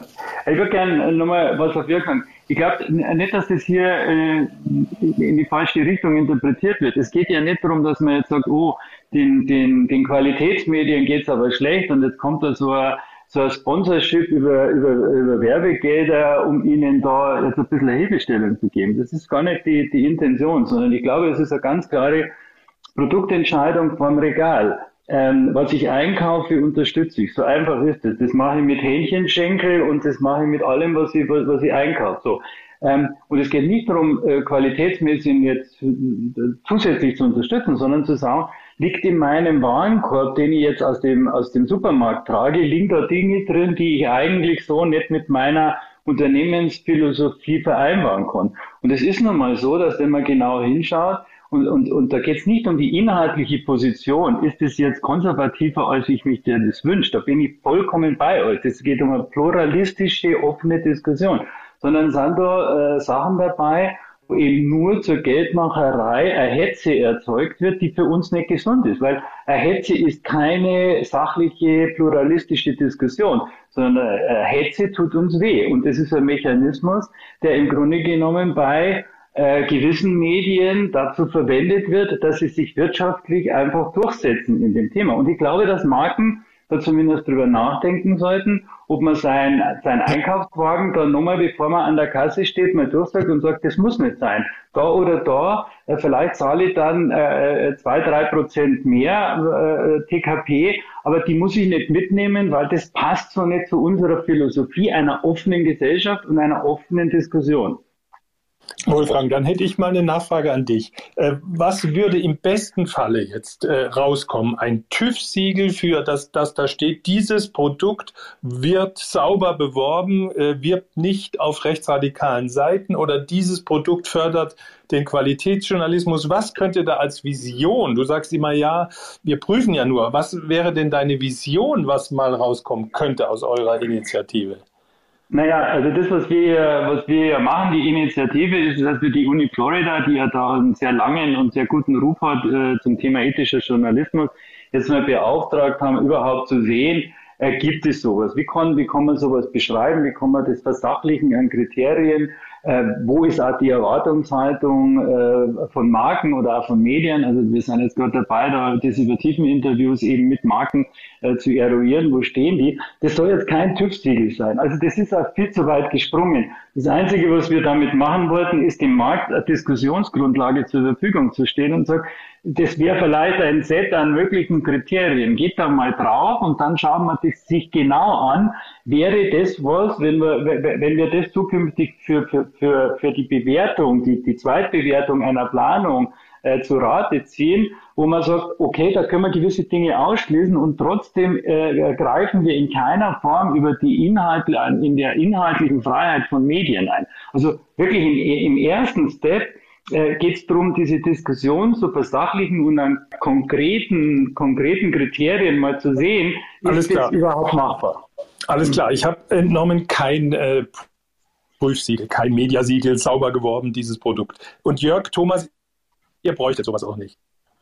Speaker 7: Ich würde gerne nochmal was auf Jörg sagen. Ich glaube nicht, dass das hier äh, in die falsche Richtung interpretiert wird. Es geht ja nicht darum, dass man jetzt sagt, oh, den, den, den Qualitätsmedien geht's aber schlecht und jetzt kommt da so ein, so ein Sponsorship über, über, über Werbegelder, um ihnen da jetzt ein bisschen eine Hilfestellung zu geben. Das ist gar nicht die, die Intention, sondern ich glaube, es ist eine ganz klare Produktentscheidung vom Regal. Ähm, was ich einkaufe, unterstütze ich. So einfach ist es. Das mache ich mit Hähnchenschenkel und das mache ich mit allem, was ich, was, was ich einkaufe. So. Ähm, und es geht nicht darum, äh, qualitätsmäßig jetzt äh, zusätzlich zu unterstützen, sondern zu sagen, liegt in meinem Warenkorb, den ich jetzt aus dem, aus dem Supermarkt trage, liegen da Dinge drin, die ich eigentlich so nicht mit meiner Unternehmensphilosophie vereinbaren kann. Und es ist nun mal so, dass wenn man genau hinschaut, Und, und, und da geht es nicht um die inhaltliche Position. Ist es jetzt konservativer, als ich mich dir das wünsche? Da bin ich vollkommen bei euch. Es geht um eine pluralistische, offene Diskussion. Sondern sind da äh, Sachen dabei, wo eben nur zur Geldmacherei eine Hetze erzeugt wird, die für uns nicht gesund ist. Weil eine Hetze ist keine sachliche, pluralistische Diskussion, sondern eine Hetze tut uns weh. Und das ist ein Mechanismus, der im Grunde genommen bei Äh, gewissen Medien dazu verwendet wird, dass sie sich wirtschaftlich einfach durchsetzen in dem Thema. Und ich glaube, dass Marken da zumindest drüber nachdenken sollten, ob man sein, sein Einkaufswagen da nochmal, bevor man an der Kasse steht, mal durchsagt und sagt, das muss nicht sein. Da oder da, äh, vielleicht zahle ich dann äh, zwei, drei Prozent mehr äh, T K P, aber die muss ich nicht mitnehmen, weil das passt so nicht zu unserer Philosophie einer offenen Gesellschaft und einer offenen Diskussion.
Speaker 3: Wolfgang, dann hätte ich mal eine Nachfrage an dich. Äh, was würde im besten Falle jetzt äh, rauskommen? Ein TÜV-Siegel für das, das da steht, dieses Produkt wird sauber beworben, äh, wirbt nicht auf rechtsradikalen Seiten oder dieses Produkt fördert den Qualitätsjournalismus. Was könnte da als Vision, du sagst immer ja, wir prüfen ja nur, was wäre denn deine Vision, was mal rauskommen könnte aus eurer Initiative?
Speaker 7: Naja, also das, was wir, was wir machen, die Initiative, ist, dass wir die Uni Florida, die ja da einen sehr langen und sehr guten Ruf hat äh, zum Thema ethischer Journalismus, jetzt mal beauftragt haben, überhaupt zu sehen, äh, gibt es sowas? Wie kann, wie kann man sowas beschreiben? Wie kann man das versachlichen an Kriterien? Äh, wo ist auch die Erwartungshaltung äh, von Marken oder auch von Medien? Also wir sind jetzt gerade dabei, da diese über Tiefeninterviews eben mit Marken äh, zu eruieren, wo stehen die. Das soll jetzt kein TÜV-Siegel sein. Also das ist auch viel zu weit gesprungen. Das Einzige, was wir damit machen wollten, ist dem Markt eine Diskussionsgrundlage zur Verfügung zu stehen und sagen, das wäre vielleicht ein Set an möglichen Kriterien. Geht da mal drauf und dann schauen wir das sich genau an. Wäre das was, wenn wir, wenn wir das zukünftig für, für, für, für die Bewertung, die, die Zweitbewertung einer Planung äh, zu Rate ziehen, wo man sagt, okay, da können wir gewisse Dinge ausschließen und trotzdem äh, greifen wir in keiner Form über die Inhalte, in der inhaltlichen Freiheit von Medien ein. Also wirklich im, im ersten Step äh, geht es darum, diese Diskussion zu versachlichen und an konkreten, konkreten Kriterien mal zu sehen, ist das überhaupt machbar?
Speaker 3: Alles klar, ich habe entnommen, kein äh, Prüfsiegel, kein Mediasiegel, sauber geworben, dieses Produkt. Und Jörg, Thomas, ihr bräuchtet sowas auch nicht.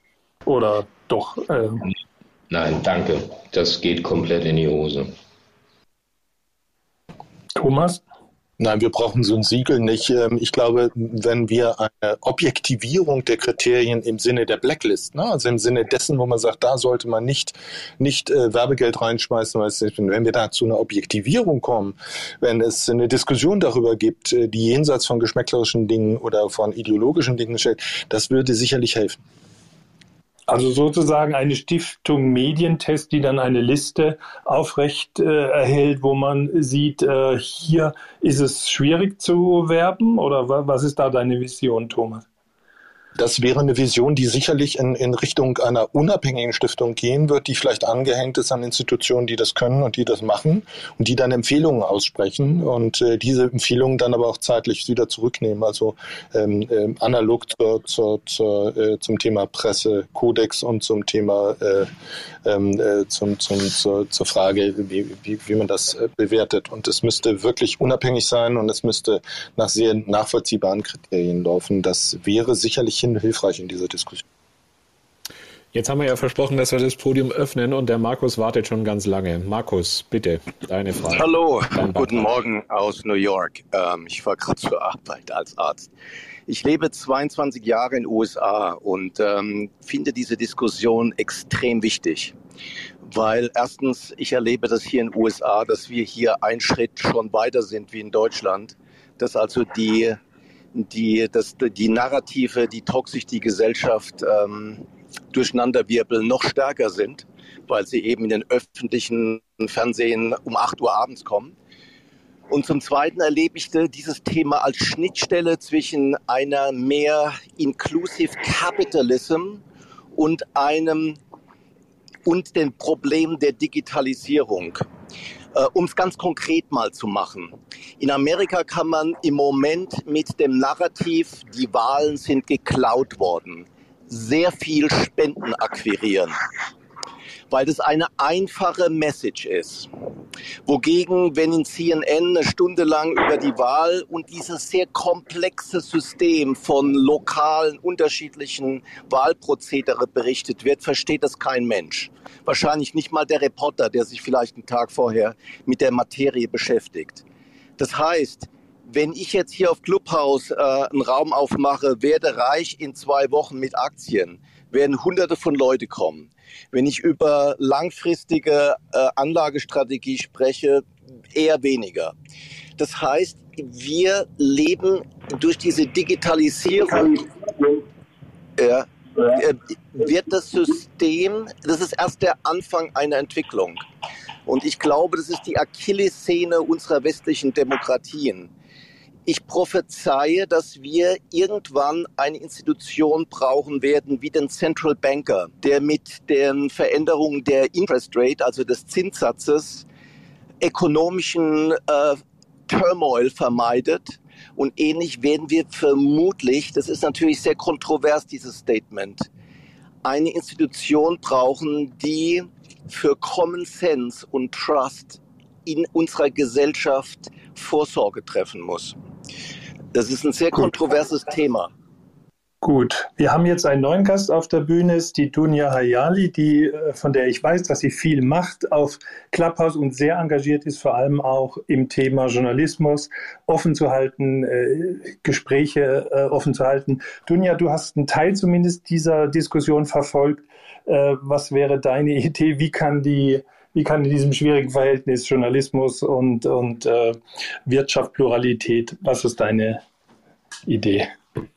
Speaker 3: Oder doch? Äh...
Speaker 6: Nein, danke. Das geht komplett in die Hose.
Speaker 3: Thomas?
Speaker 8: Nein, wir brauchen so ein Siegel nicht. Ich glaube, wenn wir eine Objektivierung der Kriterien im Sinne der Blacklist, ne, also im Sinne dessen, wo man sagt, da sollte man nicht, nicht äh, Werbegeld reinschmeißen, wenn wir da zu einer Objektivierung kommen, wenn es eine Diskussion darüber gibt, die jenseits von geschmäcklerischen Dingen oder von ideologischen Dingen steht, das würde sicherlich helfen.
Speaker 3: Also sozusagen eine Stiftung Medientest, die dann eine Liste aufrecht äh, erhält, wo man sieht, äh, hier ist es schwierig zu werben, oder wa- was ist da deine Vision, Thomas?
Speaker 8: Das wäre eine Vision, die sicherlich in, in Richtung einer unabhängigen Stiftung gehen wird, die vielleicht angehängt ist an Institutionen, die das können und die das machen und die dann Empfehlungen aussprechen und äh, diese Empfehlungen dann aber auch zeitlich wieder zurücknehmen. Also ähm, äh, analog zur, zur, zur, äh, zum Thema Pressekodex und zum Thema äh, äh, zum, zum, zur, zur Frage, wie, wie, wie man das äh, bewertet. Und es müsste wirklich unabhängig sein und es müsste nach sehr nachvollziehbaren Kriterien laufen. Das wäre sicherlich hilfreich in dieser Diskussion.
Speaker 4: Jetzt haben wir ja versprochen, dass wir das Podium öffnen und der Markus wartet schon ganz lange. Markus, bitte, deine Frage.
Speaker 9: Hallo, guten Morgen aus New York. Ähm, ich war gerade zur Arbeit als Arzt. Ich lebe zweiundzwanzig Jahre in den U S A und ähm, finde diese Diskussion extrem wichtig. Weil erstens, ich erlebe das hier in den U S A, dass wir hier einen Schritt schon weiter sind wie in Deutschland. Dass also die, die, das, die Narrative, die toxisch die Gesellschaft ähm, durcheinanderwirbeln, noch stärker sind, weil sie eben in den öffentlichen Fernsehen um acht Uhr abends kommen. Und zum Zweiten erlebe ich dieses Thema als Schnittstelle zwischen einer mehr inclusive Capitalism und einem und den Problemen der Digitalisierung. Äh, um es ganz konkret mal zu machen. In Amerika kann man im Moment mit dem Narrativ, die Wahlen sind geklaut worden, sehr viel Spenden akquirieren, weil das eine einfache Message ist. Wogegen, wenn in C N N eine Stunde lang über die Wahl und dieses sehr komplexe System von lokalen, unterschiedlichen Wahlprozedere berichtet wird, versteht das kein Mensch. Wahrscheinlich nicht mal der Reporter, der sich vielleicht einen Tag vorher mit der Materie beschäftigt. Das heißt, wenn ich jetzt hier auf Clubhouse äh, einen Raum aufmache, werde reich in zwei Wochen mit Aktien, werden hunderte von Leute kommen. Wenn ich über langfristige äh, Anlagestrategie spreche, eher weniger. Das heißt, wir leben durch diese Digitalisierung, äh, äh, wird das System, das ist erst der Anfang einer Entwicklung. Und ich glaube, das ist die Achillessehne unserer westlichen Demokratien. Ich prophezeie, dass wir irgendwann eine Institution brauchen werden wie den Central Banker, der mit den Veränderungen der Interest Rate, also des Zinssatzes, ökonomischen äh, Turmoil vermeidet. Und ähnlich werden wir vermutlich, das ist natürlich sehr kontrovers, dieses Statement, eine Institution brauchen, die für Common Sense und Trust in unserer Gesellschaft Vorsorge treffen muss. Das ist ein sehr kontroverses Thema.
Speaker 3: Gut, wir haben jetzt einen neuen Gast auf der Bühne, ist die Dunja Hayali, die, von der ich weiß, dass sie viel macht auf Clubhouse und sehr engagiert ist, vor allem auch im Thema Journalismus offen zu halten, äh, Gespräche äh, offen zu halten. Dunja, du hast einen Teil zumindest dieser Diskussion verfolgt. Äh, was wäre deine Idee? Wie kann die Wie kann in diesem schwierigen Verhältnis Journalismus und, und äh, Wirtschaft, Pluralität, was ist deine Idee?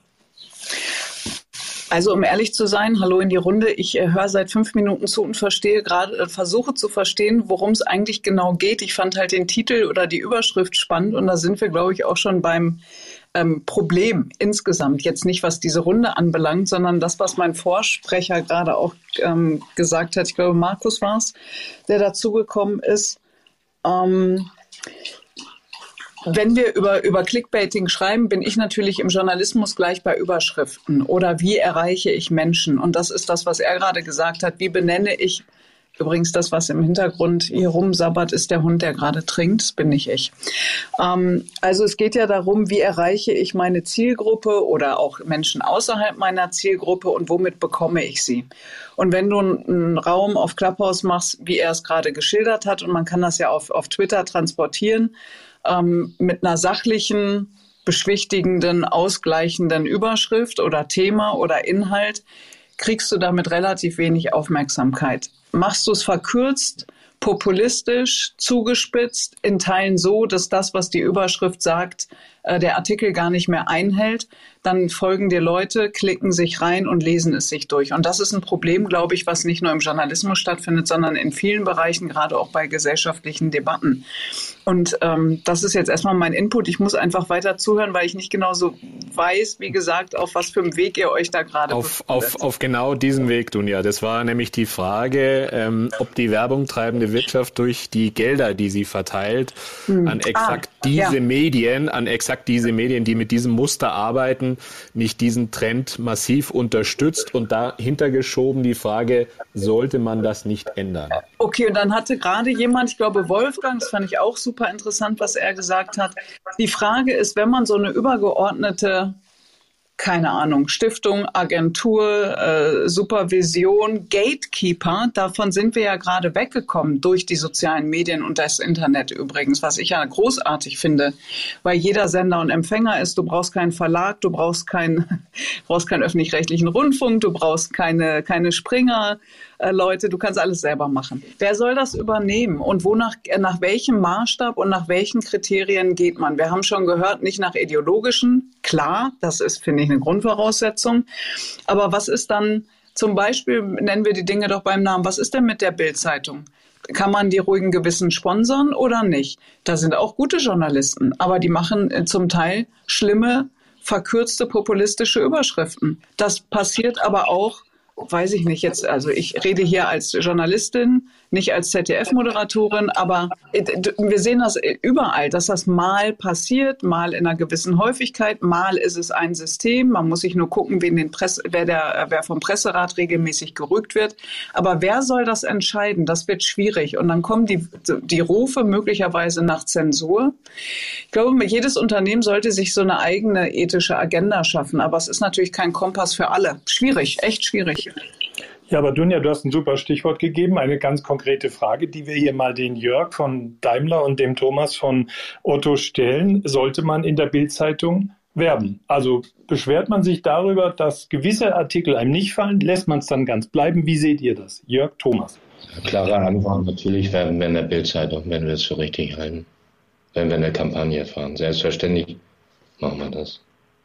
Speaker 10: Also um ehrlich zu sein, hallo in die Runde, ich äh, höre seit fünf Minuten zu und verstehe gerade, äh, versuche zu verstehen, worum es eigentlich genau geht. Ich fand halt den Titel oder die Überschrift spannend und da sind wir, glaube ich, auch schon beim ähm, Problem insgesamt. Jetzt nicht, was diese Runde anbelangt, sondern das, was mein Vorsprecher gerade auch ähm, gesagt hat. Ich glaube, Markus war es, der dazugekommen ist. Ähm, Wenn wir über, über Clickbaiting schreiben, bin ich natürlich im Journalismus gleich bei Überschriften oder wie erreiche ich Menschen? Und das ist das, was er gerade gesagt hat. Wie benenne ich, übrigens das, was im Hintergrund hier rumsabbert, ist der Hund, der gerade trinkt. Das bin nicht ich. Ähm, also es geht ja darum, wie erreiche ich meine Zielgruppe oder auch Menschen außerhalb meiner Zielgruppe und womit bekomme ich sie? Und wenn du einen Raum auf Clubhouse machst, wie er es gerade geschildert hat, und man kann das ja auf, auf Twitter transportieren, ähm, mit einer sachlichen, beschwichtigenden, ausgleichenden Überschrift oder Thema oder Inhalt, kriegst du damit relativ wenig Aufmerksamkeit. Machst du es verkürzt, populistisch, zugespitzt, in Teilen so, dass das, was die Überschrift sagt, äh, der Artikel gar nicht mehr einhält, dann folgen dir Leute, klicken sich rein und lesen es sich durch. Und das ist ein Problem, glaube ich, was nicht nur im Journalismus stattfindet, sondern in vielen Bereichen, gerade auch bei gesellschaftlichen Debatten. Und ähm, das ist jetzt erstmal mein Input. Ich muss einfach weiter zuhören, weil ich nicht genau so weiß, wie gesagt, auf was für einem Weg ihr euch da gerade
Speaker 4: auf, auf, auf genau diesen Weg, Dunja. Das war nämlich die Frage, ähm, ob die Werbung treibende Wirtschaft durch die Gelder, die sie verteilt, hm. an exakt ah, diese ja. Medien, an exakt diese Medien, die mit diesem Muster arbeiten, nicht diesen Trend massiv unterstützt und dahinter geschoben die Frage, sollte man das nicht ändern?
Speaker 10: Okay, und dann hatte gerade jemand, ich glaube Wolfgang, das fand ich auch super interessant, was er gesagt hat. Die Frage ist, wenn man so eine übergeordnete keine Ahnung, Stiftung, Agentur, äh, Supervision, Gatekeeper, davon sind wir ja gerade weggekommen durch die sozialen Medien und das Internet übrigens, was ich ja großartig finde, weil jeder Sender und Empfänger ist, du brauchst keinen Verlag, du brauchst keinen, brauchst keinen öffentlich-rechtlichen Rundfunk, du brauchst keine, keine Springer, äh, Leute, du kannst alles selber machen. Wer soll das übernehmen und wonach, nach welchem Maßstab und nach welchen Kriterien geht man? Wir haben schon gehört, nicht nach ideologischen, klar, das ist, finde ich, eine Grundvoraussetzung. Aber was ist dann, zum Beispiel, nennen wir die Dinge doch beim Namen, was ist denn mit der Bild-Zeitung? Kann man die ruhigen Gewissen sponsern oder nicht? Da sind auch gute Journalisten, aber die machen zum Teil schlimme, verkürzte, populistische Überschriften. Das passiert aber auch, weiß ich nicht jetzt, also ich rede hier als Journalistin, nicht als Z D F-Moderatorin, aber wir sehen das überall, dass das mal passiert, mal in einer gewissen Häufigkeit, mal ist es ein System, man muss sich nur gucken, wen den Presse, wer, der, wer vom Presserat regelmäßig gerügt wird, aber wer soll das entscheiden? Das wird schwierig und dann kommen die, die Rufe möglicherweise nach Zensur. Ich glaube, jedes Unternehmen sollte sich so eine eigene ethische Agenda schaffen, aber es ist natürlich kein Kompass für alle. Schwierig, echt schwierig.
Speaker 3: Ja, aber Dunja, du hast ein super Stichwort gegeben, eine ganz konkrete Frage, die wir hier mal den Jörg von Daimler und dem Thomas von Otto stellen. Sollte man in der Bild-Zeitung werben? Also beschwert man sich darüber, dass gewisse Artikel einem nicht fallen, lässt man es dann ganz bleiben? Wie seht ihr das? Jörg, Thomas.
Speaker 6: Klare Antwort, natürlich werben wir in der Bild-Zeitung, wenn wir es für richtig halten. Wenn wir eine Kampagne fahren. Selbstverständlich machen wir das.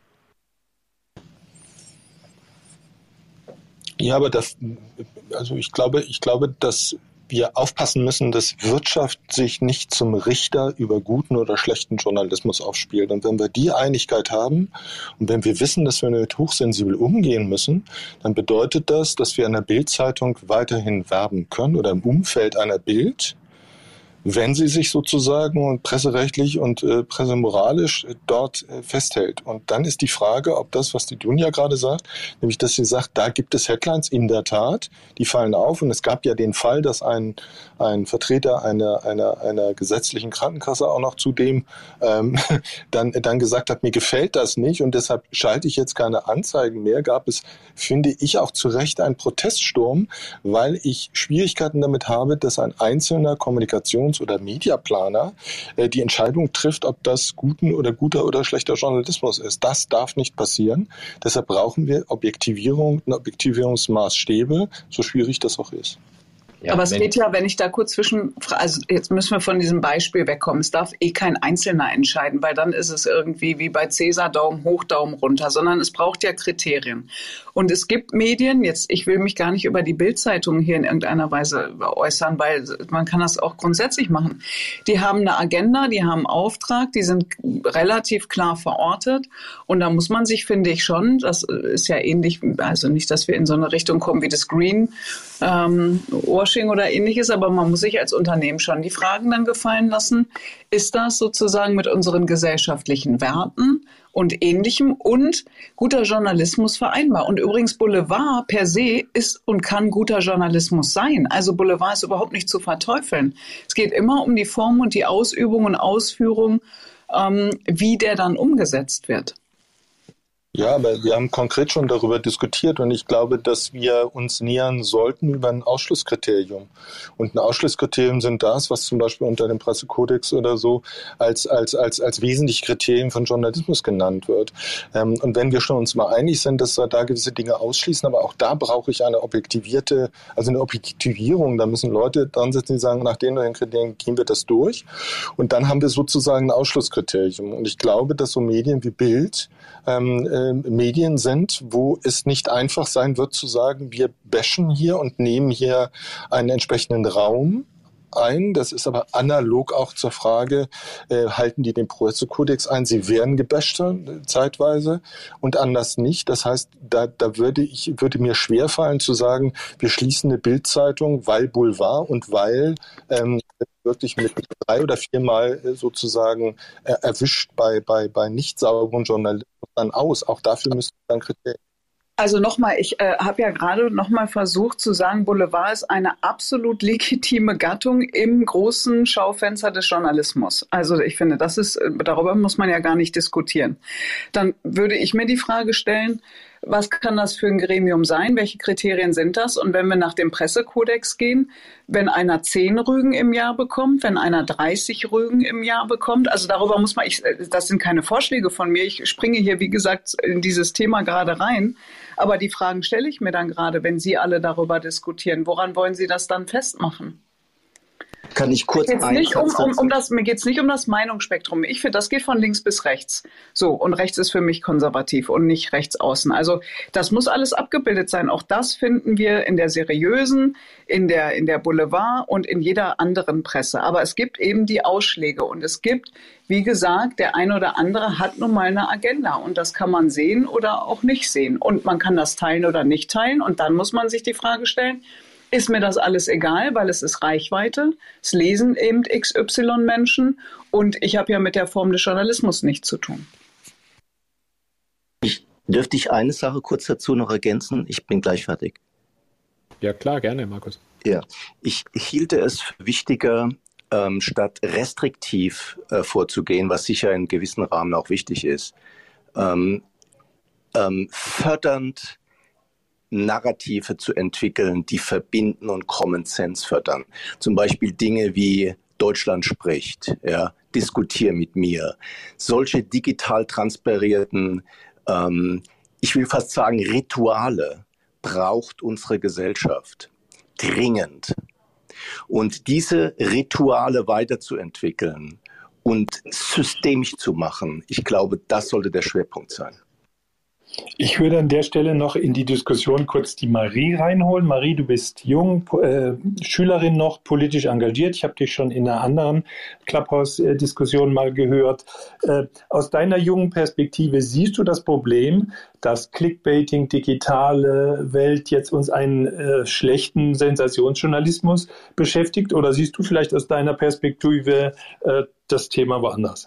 Speaker 8: Ja, aber das, also ich glaube, ich glaube, dass wir aufpassen müssen, dass Wirtschaft sich nicht zum Richter über guten oder schlechten Journalismus aufspielt. Und wenn wir die Einigkeit haben und wenn wir wissen, dass wir damit hochsensibel umgehen müssen, dann bedeutet das, dass wir in der Bild-Zeitung weiterhin werben können oder im Umfeld einer Bild, wenn sie sich sozusagen und presserechtlich und äh, pressemoralisch äh, dort äh, festhält. Und dann ist die Frage, ob das, was die Dunja gerade sagt, nämlich, dass sie sagt, da gibt es Headlines in der Tat, die fallen auf. Und es gab ja den Fall, dass ein, ein Vertreter einer, einer, einer gesetzlichen Krankenkasse auch noch zudem ähm, dann, dann gesagt hat, mir gefällt das nicht und deshalb schalte ich jetzt keine Anzeigen mehr. Gab es, finde ich, auch zu Recht einen Proteststurm, weil ich Schwierigkeiten damit habe, dass ein einzelner Kommunikations- oder Mediaplaner äh, die Entscheidung trifft, ob das guten oder guter oder schlechter Journalismus ist. Das darf nicht passieren. Deshalb brauchen wir Objektivierung und Objektivierungsmaßstäbe, so schwierig das auch ist.
Speaker 10: Ja, aber es geht ja, wenn ich da kurz zwischen, also jetzt müssen wir von diesem Beispiel wegkommen. Es darf eh kein Einzelner entscheiden, weil dann ist es irgendwie wie bei Cäsar Daumen hoch, Daumen runter, sondern es braucht ja Kriterien. Und es gibt Medien, jetzt, ich will mich gar nicht über die Bild-Zeitung hier in irgendeiner Weise äußern, weil man kann das auch grundsätzlich machen. Die haben eine Agenda, die haben einen Auftrag, die sind relativ klar verortet. Und da muss man sich, finde ich schon, das ist ja ähnlich, also nicht, dass wir in so eine Richtung kommen wie das Green, ähm, oder ähnliches, aber man muss sich als Unternehmen schon die Fragen dann gefallen lassen. Ist das sozusagen mit unseren gesellschaftlichen Werten und Ähnlichem und guter Journalismus vereinbar? Und übrigens, Boulevard per se ist und kann guter Journalismus sein. Also Boulevard ist überhaupt nicht zu verteufeln. Es geht immer um die Form und die Ausübung und Ausführung, ähm, wie der dann umgesetzt wird.
Speaker 8: Ja, aber wir haben konkret schon darüber diskutiert und ich glaube, dass wir uns nähern sollten über ein Ausschlusskriterium. Und ein Ausschlusskriterium sind das, was zum Beispiel unter dem Pressekodex oder so als, als, als, als wesentliche Kriterien von Journalismus genannt wird. Ähm, und wenn wir schon uns mal einig sind, dass wir da gewisse Dinge ausschließen, aber auch da brauche ich eine objektivierte, also eine Objektivierung. Da müssen Leute dran sitzen, die sagen, nach den und den Kriterien gehen wir das durch. Und dann haben wir sozusagen ein Ausschlusskriterium. Und ich glaube, dass so Medien wie Bild ähm, Medien sind, wo es nicht einfach sein wird zu sagen, wir bashen hier und nehmen hier einen entsprechenden Raum ein. Das ist aber analog auch zur Frage, äh, halten die den Pressekodex ein? Sie werden gebasht äh, zeitweise und anders nicht. Das heißt, da, da würde ich, würde mir schwerfallen zu sagen, wir schließen eine Bild-Zeitung, weil Boulevard und weil ähm, wirklich mit drei oder viermal äh, sozusagen äh, erwischt bei, bei, bei nicht sauberen Journalismus dann aus. Auch dafür müssen wir dann Kriterien.
Speaker 10: Also nochmal, ich äh, habe ja gerade nochmal versucht zu sagen, Boulevard ist eine absolut legitime Gattung im großen Schaufenster des Journalismus. Also ich finde, das ist, darüber muss man ja gar nicht diskutieren. Dann würde ich mir die Frage stellen, was kann das für ein Gremium sein? Welche Kriterien sind das? Und wenn wir nach dem Pressekodex gehen, wenn einer zehn Rügen im Jahr bekommt, wenn einer dreißig Rügen im Jahr bekommt, also darüber muss man, ich, das sind keine Vorschläge von mir, ich springe hier, wie gesagt, in dieses Thema gerade rein, aber die Fragen stelle ich mir dann gerade, wenn Sie alle darüber diskutieren. Woran wollen Sie das dann festmachen?
Speaker 9: Kann ich kurz
Speaker 10: Jetzt nicht um, um, um das, mir geht es nicht um das Meinungsspektrum. Ich finde, das geht von links bis rechts. So, und rechts ist für mich konservativ und nicht rechts außen. Also das muss alles abgebildet sein. Auch das finden wir in der seriösen, in der, in der Boulevard und in jeder anderen Presse. Aber es gibt eben die Ausschläge. Und es gibt, wie gesagt, der eine oder andere hat nun mal eine Agenda. Und das kann man sehen oder auch nicht sehen. Und man kann das teilen oder nicht teilen. Und dann muss man sich die Frage stellen, ist mir das alles egal, weil es ist Reichweite. Es lesen eben X Y Menschen und ich habe ja mit der Form des Journalismus nichts zu tun.
Speaker 9: Ich, dürfte ich eine Sache kurz dazu noch ergänzen? Ich bin gleich fertig.
Speaker 4: Ja klar, gerne, Markus.
Speaker 9: Ja, ich hielte es für wichtiger, ähm, statt restriktiv äh, vorzugehen, was sicher in gewissen Rahmen auch wichtig ist, ähm, ähm, fördernd Narrative zu entwickeln, die verbinden und Common Sense fördern. Zum Beispiel Dinge wie Deutschland spricht, ja, diskutier mit mir. Solche digital transparierten, ähm, ich will fast sagen, Rituale braucht unsere Gesellschaft dringend. Und diese Rituale weiterzuentwickeln und systemisch zu machen, ich glaube, das sollte der Schwerpunkt sein.
Speaker 3: Ich würde an der Stelle noch in die Diskussion kurz die Marie reinholen. Marie, du bist jung, äh, Schülerin noch, politisch engagiert. Ich habe dich schon in einer anderen Clubhouse-Diskussion mal gehört. Äh, aus deiner jungen Perspektive siehst du das Problem, dass Clickbaiting, digitale Welt jetzt uns einen äh, schlechten Sensationsjournalismus beschäftigt? Oder siehst du vielleicht aus deiner Perspektive äh, das Thema woanders?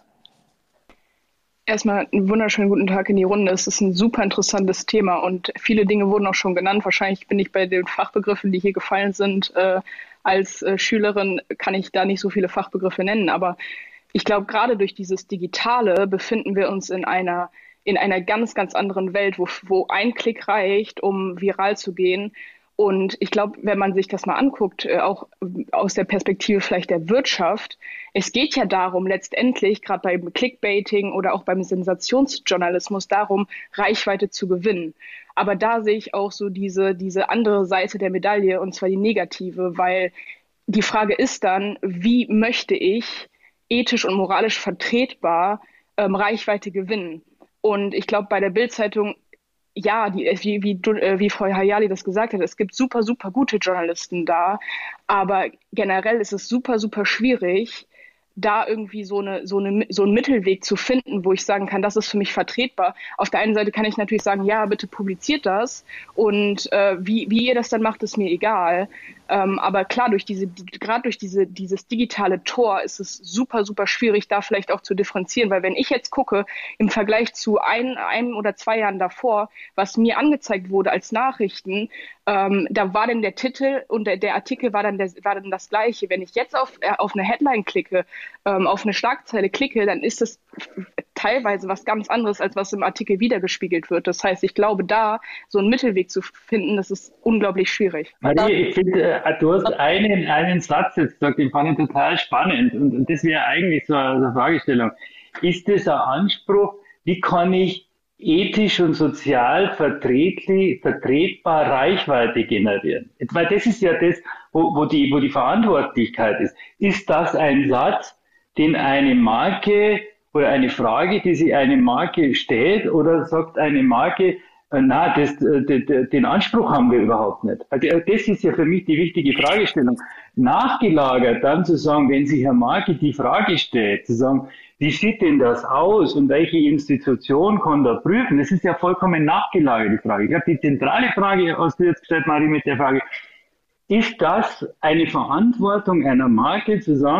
Speaker 11: Erstmal einen wunderschönen guten Tag in die Runde. Es ist ein super interessantes Thema und viele Dinge wurden auch schon genannt. Wahrscheinlich bin ich bei den Fachbegriffen, die hier gefallen sind, äh, als äh, Schülerin kann ich da nicht so viele Fachbegriffe nennen. Aber ich glaube, gerade durch dieses Digitale befinden wir uns in einer in einer ganz, ganz anderen Welt, wo, wo ein Klick reicht, um viral zu gehen. Und ich glaube, wenn man sich das mal anguckt, auch aus der Perspektive vielleicht der Wirtschaft, es geht ja darum, letztendlich, gerade beim Clickbaiting oder auch beim Sensationsjournalismus, darum, Reichweite zu gewinnen. Aber da sehe ich auch so diese, diese andere Seite der Medaille, und zwar die negative, weil die Frage ist dann, wie möchte ich ethisch und moralisch vertretbar ähm, Reichweite gewinnen? Und ich glaube, bei der Bild-Zeitung, ja, die, wie, wie, wie Frau Hayali das gesagt hat, es gibt super, super gute Journalisten da, aber generell ist es super, super schwierig, da irgendwie so eine, so eine, so einen Mittelweg zu finden, wo ich sagen kann, das ist für mich vertretbar. Auf der einen Seite kann ich natürlich sagen, ja, bitte publiziert das und äh, wie, wie ihr das dann macht, ist mir egal. Ähm, aber klar, durch diese, gerade durch diese, dieses digitale Tor ist es super, super schwierig, da vielleicht auch zu differenzieren, weil wenn ich jetzt gucke, im Vergleich zu ein, einem oder zwei Jahren davor, was mir angezeigt wurde als Nachrichten, ähm, da war denn der Titel und der, der Artikel war dann, der, war dann das Gleiche. Wenn ich jetzt auf, äh, auf eine Headline klicke, ähm, auf eine Schlagzeile klicke, dann ist das teilweise was ganz anderes, als was im Artikel wiedergespiegelt wird. Das heißt, ich glaube, da so einen Mittelweg zu finden, das ist unglaublich schwierig.
Speaker 7: Marie, ich finde, du hast einen, einen Satz jetzt gesagt, den fand ich total spannend. Und, und das wäre eigentlich so eine Fragestellung. Ist das ein Anspruch, wie kann ich ethisch und sozial vertretlich, vertretbar Reichweite generieren? Weil das ist ja das, wo, wo, die, wo die Verantwortlichkeit ist. Ist das ein Satz, den eine Marke oder eine Frage, die sich eine Marke stellt, oder sagt eine Marke, äh, na, das, äh, den Anspruch haben wir überhaupt nicht. Also das ist ja für mich die wichtige Fragestellung. Nachgelagert dann zu sagen, wenn sich eine Marke die Frage stellt, zu sagen, wie sieht denn das aus und welche Institution kann da prüfen? Das ist ja vollkommen nachgelagert, die Frage. Ich glaube, die zentrale Frage hast du jetzt gestellt, Marie, mit der Frage, ist das eine Verantwortung einer Marke zu sagen,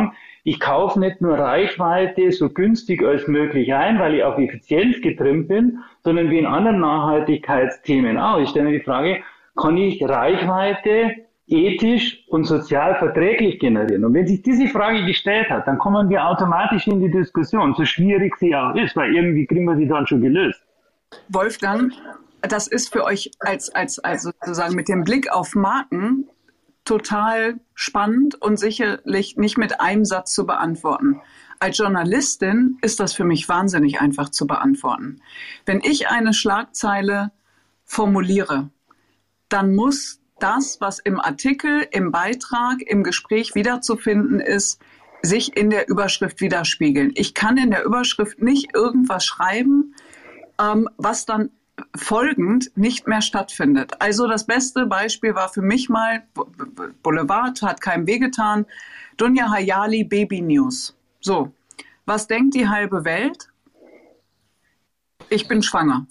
Speaker 7: ich kaufe nicht nur Reichweite so günstig als möglich ein, weil ich auf Effizienz getrimmt bin, sondern wie in anderen Nachhaltigkeitsthemen auch. Ich stelle mir die Frage, kann ich Reichweite ethisch und sozial verträglich generieren? Und wenn sich diese Frage gestellt hat, dann kommen wir automatisch in die Diskussion, so schwierig sie auch ist, weil irgendwie kriegen wir sie dann schon gelöst.
Speaker 10: Wolfgang, das ist für euch als, als, als sozusagen mit dem Blick auf Marken total spannend und sicherlich nicht mit einem Satz zu beantworten. Als Journalistin ist das für mich wahnsinnig einfach zu beantworten. Wenn ich eine Schlagzeile formuliere, dann muss das, was im Artikel, im Beitrag, im Gespräch wiederzufinden ist, sich in der Überschrift widerspiegeln. Ich kann in der Überschrift nicht irgendwas schreiben, ähm, was dann folgend nicht mehr stattfindet. Also das beste Beispiel war für mich mal, Boulevard hat keinem wehgetan, Dunja Hayali, Baby News. So, was denkt die halbe Welt? Ich bin schwanger.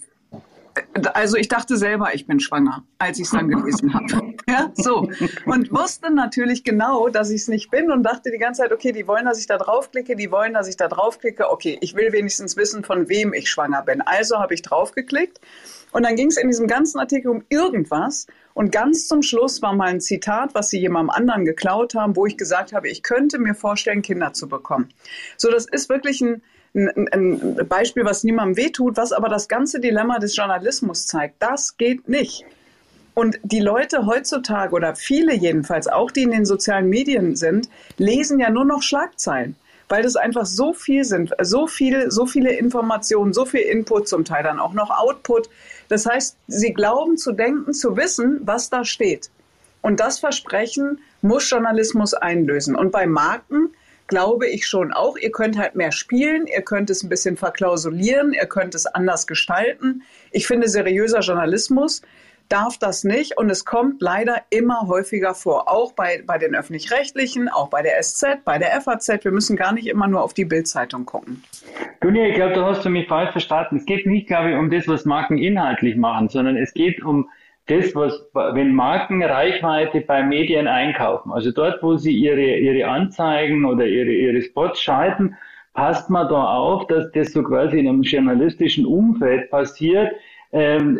Speaker 10: Also ich dachte selber, ich bin schwanger, als ich es dann gelesen habe. Ja, so. Und wusste natürlich genau, dass ich es nicht bin und dachte die ganze Zeit, okay, die wollen, dass ich da draufklicke, die wollen, dass ich da draufklicke. Okay, ich will wenigstens wissen, von wem ich schwanger bin. Also habe ich draufgeklickt und dann ging es in diesem ganzen Artikel um irgendwas und ganz zum Schluss war mal ein Zitat, was sie jemandem anderen geklaut haben, wo ich gesagt habe, ich könnte mir vorstellen, Kinder zu bekommen. So, das ist wirklich ein Ein, ein Beispiel, was niemandem wehtut, was aber das ganze Dilemma des Journalismus zeigt. Das geht nicht. Und die Leute heutzutage oder viele jedenfalls, auch die in den sozialen Medien sind, lesen ja nur noch Schlagzeilen, weil das einfach so viel sind, so viel, so viele Informationen, so viel Input, zum Teil dann auch noch Output. Das heißt, sie glauben zu denken, zu wissen, was da steht. Und das Versprechen muss Journalismus einlösen. Und bei Marken glaube ich schon auch, ihr könnt halt mehr spielen, ihr könnt es ein bisschen verklausulieren, ihr könnt es anders gestalten. Ich finde, seriöser Journalismus darf das nicht und es kommt leider immer häufiger vor, auch bei, bei den Öffentlich-Rechtlichen, auch bei der S Z, bei der F A Z. Wir müssen gar nicht immer nur auf die Bild-Zeitung gucken.
Speaker 7: Dunja, ich glaube, du hast mich falsch verstanden. Es geht nicht, glaube ich, um das, was Marken inhaltlich machen, sondern es geht um das, was, wenn Marken Reichweite bei Medien einkaufen, also dort, wo sie ihre, ihre Anzeigen oder ihre, ihre Spots schalten, passt man da auf, dass das so quasi in einem journalistischen Umfeld passiert, ähm,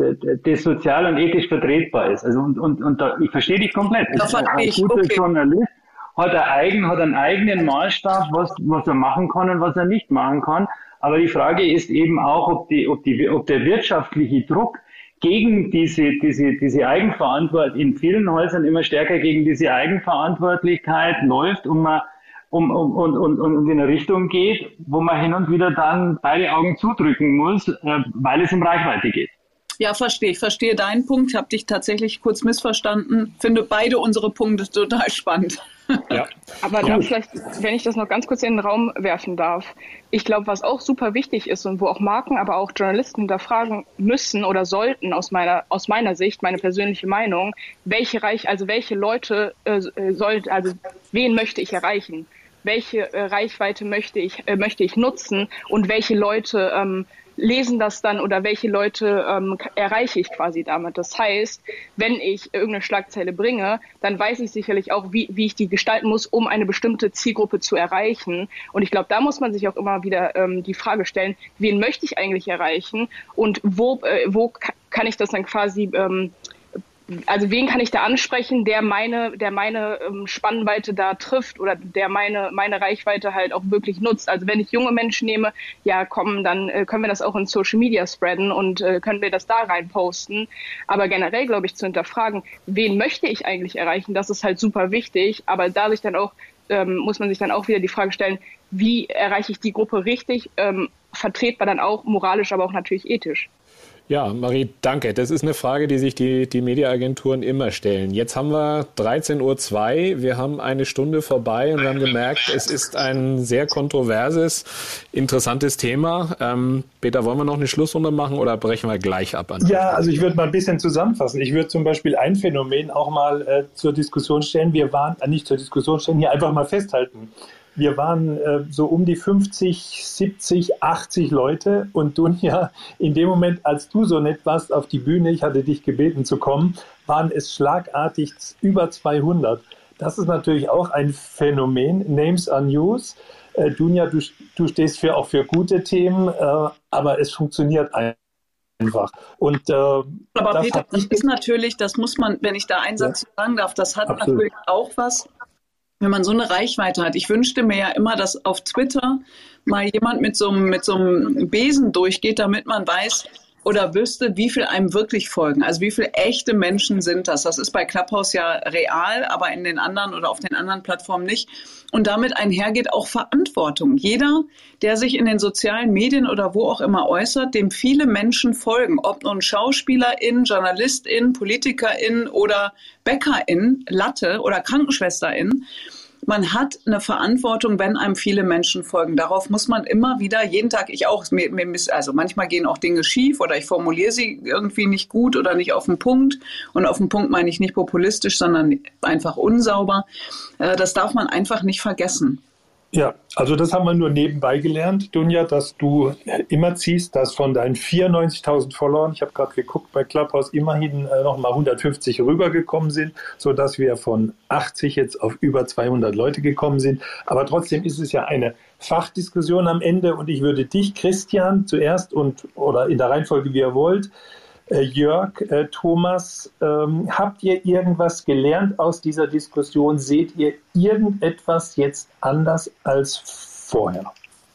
Speaker 7: das sozial und ethisch vertretbar ist. Also, und, und, und da, ich verstehe dich komplett.
Speaker 10: Das
Speaker 7: ein
Speaker 10: ich.
Speaker 7: guter
Speaker 10: Okay.
Speaker 7: Journalist hat, er eigen, hat einen eigenen Maßstab, was, was er machen kann und was er nicht machen kann. Aber die Frage ist eben auch, ob die, ob die, ob der wirtschaftliche Druck gegen diese, diese, diese Eigenverantwortlichkeit, in vielen Häusern immer stärker gegen diese Eigenverantwortlichkeit läuft und man, um, um, und, und, und in eine Richtung geht, wo man hin und wieder dann beide Augen zudrücken muss, äh, weil es um Reichweite geht.
Speaker 10: Ja, verstehe. Ich verstehe deinen Punkt. Ich habe dich tatsächlich kurz missverstanden. Finde beide unsere Punkte total spannend.
Speaker 11: Ja. Aber dann vielleicht, wenn ich das noch ganz kurz in den Raum werfen darf. Ich glaube, was auch super wichtig ist und wo auch Marken, aber auch Journalisten hinterfragen müssen oder sollten, aus meiner, aus meiner Sicht, meine persönliche Meinung, welche Reich, also welche Leute äh, soll, also wen möchte ich erreichen? Welche äh, Reichweite möchte ich, äh, möchte ich nutzen und welche Leute ähm, lesen das dann oder welche Leute ähm, erreiche ich quasi damit. Das heißt, wenn ich irgendeine Schlagzeile bringe, dann weiß ich sicherlich auch, wie, wie ich die gestalten muss, um eine bestimmte Zielgruppe zu erreichen. Und ich glaube, da muss man sich auch immer wieder ähm, die Frage stellen, wen möchte ich eigentlich erreichen und wo, äh, wo kann ich das dann quasi... Ähm, Also wen kann ich da ansprechen, der meine, der meine ähm, Spannweite da trifft oder der meine meine Reichweite halt auch wirklich nutzt. Also wenn ich junge Menschen nehme, ja komm, dann äh, können wir das auch in Social Media spreaden und äh, können wir das da rein posten. Aber generell, glaube ich, zu hinterfragen, wen möchte ich eigentlich erreichen, das ist halt super wichtig. Aber dadurch dann auch ähm, muss man sich dann auch wieder die Frage stellen, wie erreiche ich die Gruppe richtig, ähm, vertretbar dann auch moralisch, aber auch natürlich ethisch.
Speaker 4: Ja, Marie, danke. Das ist eine Frage, die sich die, die Mediaagenturen immer stellen. Jetzt haben wir dreizehn Uhr zwei, wir haben eine Stunde vorbei und wir haben gemerkt, es ist ein sehr kontroverses, interessantes Thema. Ähm, Peter, wollen wir noch eine Schlussrunde machen oder brechen wir gleich ab? An
Speaker 3: ja, also ich würde mal ein bisschen zusammenfassen. Ich würde zum Beispiel ein Phänomen auch mal äh, zur Diskussion stellen. Wir waren, äh, nicht zur Diskussion stellen, hier einfach mal festhalten. Wir waren äh, so um die fünfzig, siebzig, achtzig Leute und Dunja, in dem Moment, als du so nett warst auf die Bühne, ich hatte dich gebeten zu kommen, waren es schlagartig über zweihundert. das ist natürlich auch ein Phänomen. Names are News. Äh, Dunja, du, du stehst für, auch für gute Themen, äh, aber es funktioniert einfach. Und, äh,
Speaker 10: aber
Speaker 3: das
Speaker 10: Peter, das ist natürlich, das muss man, wenn ich da einen Satz ja. sagen darf, das hat Absolut. natürlich auch was, wenn man so eine Reichweite hat. Ich wünschte mir ja immer, dass auf Twitter mal jemand mit so einem, mit so einem Besen durchgeht, damit man weiß oder wüsste, wie viel einem wirklich folgen. Also wie viele echte Menschen sind das? Das ist bei Clubhouse ja real, aber in den anderen oder auf den anderen Plattformen nicht. Und damit einhergeht auch Verantwortung. Jeder, der sich in den sozialen Medien oder wo auch immer äußert, dem viele Menschen folgen. Ob nun SchauspielerInnen, JournalistInnen, PolitikerInnen oder BäckerInnen, Latte oder KrankenschwesterInnen. Man hat eine Verantwortung, wenn einem viele Menschen folgen. Darauf muss man immer wieder, jeden Tag, ich auch, also manchmal gehen auch Dinge schief oder ich formuliere sie irgendwie nicht gut oder nicht auf den Punkt. Und auf den Punkt meine ich nicht populistisch, sondern einfach unsauber. Das darf man einfach nicht vergessen.
Speaker 3: Ja, also das haben wir nur nebenbei gelernt, Dunja, dass du immer ziehst, dass von deinen vierundneunzigtausend Followern, ich habe gerade geguckt, bei Clubhouse immerhin äh, noch mal hundertfünfzig rübergekommen sind, sodass wir von achtzig jetzt auf über zweihundert Leute gekommen sind. Aber trotzdem ist es ja eine Fachdiskussion am Ende und ich würde dich, Christian, zuerst und oder in der Reihenfolge, wie ihr wollt, Äh, Jörg, äh, Thomas, ähm, habt ihr irgendwas gelernt aus dieser Diskussion? Seht ihr irgendetwas jetzt anders als vorher?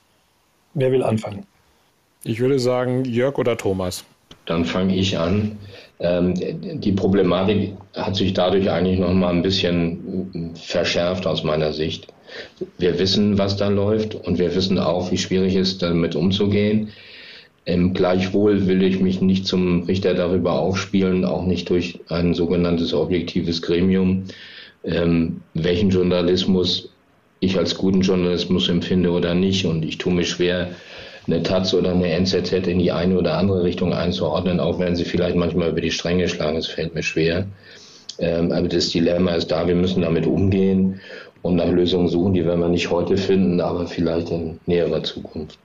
Speaker 3: Wer will anfangen?
Speaker 4: Ich würde sagen, Jörg oder Thomas.
Speaker 6: Dann fange ich an. Ähm, die Problematik hat sich dadurch eigentlich noch mal ein bisschen verschärft aus meiner Sicht. Wir wissen, was da läuft und wir wissen auch, wie schwierig es ist, damit umzugehen. Ähm, gleichwohl will ich mich nicht zum Richter darüber aufspielen, auch nicht durch ein sogenanntes objektives Gremium, ähm, welchen Journalismus ich als guten Journalismus empfinde oder nicht. Und ich tue mich schwer, eine Taz oder eine N Z Z in die eine oder andere Richtung einzuordnen, auch wenn sie vielleicht manchmal über die Stränge schlagen. Es fällt mir schwer. Ähm, aber das Dilemma ist da, wir müssen damit umgehen und nach Lösungen suchen, die werden wir nicht heute finden, aber vielleicht in näherer Zukunft.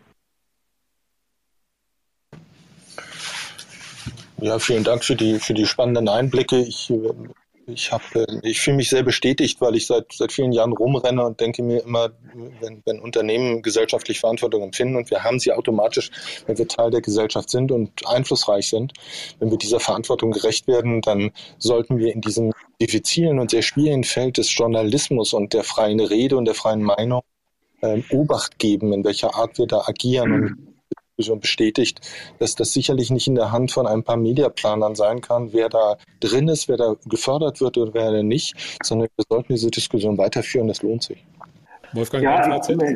Speaker 8: Ja, vielen Dank für die für die spannenden Einblicke. Ich ich habe ich fühle mich sehr bestätigt, weil ich seit seit vielen Jahren rumrenne und denke mir immer, wenn wenn Unternehmen gesellschaftlich Verantwortung empfinden und wir haben sie automatisch, wenn wir Teil der Gesellschaft sind und einflussreich sind, wenn wir dieser Verantwortung gerecht werden, dann sollten wir in diesem diffizilen und sehr schwierigen Feld des Journalismus und der freien Rede und der freien Meinung äh, Obacht geben, in welcher Art wir da agieren. Und bestätigt, dass das sicherlich nicht in der Hand von ein paar Mediaplanern sein kann, wer da drin ist, wer da gefördert wird oder wer da nicht, sondern wir sollten diese Diskussion weiterführen, das lohnt sich.
Speaker 4: Wolfgang,
Speaker 7: ja,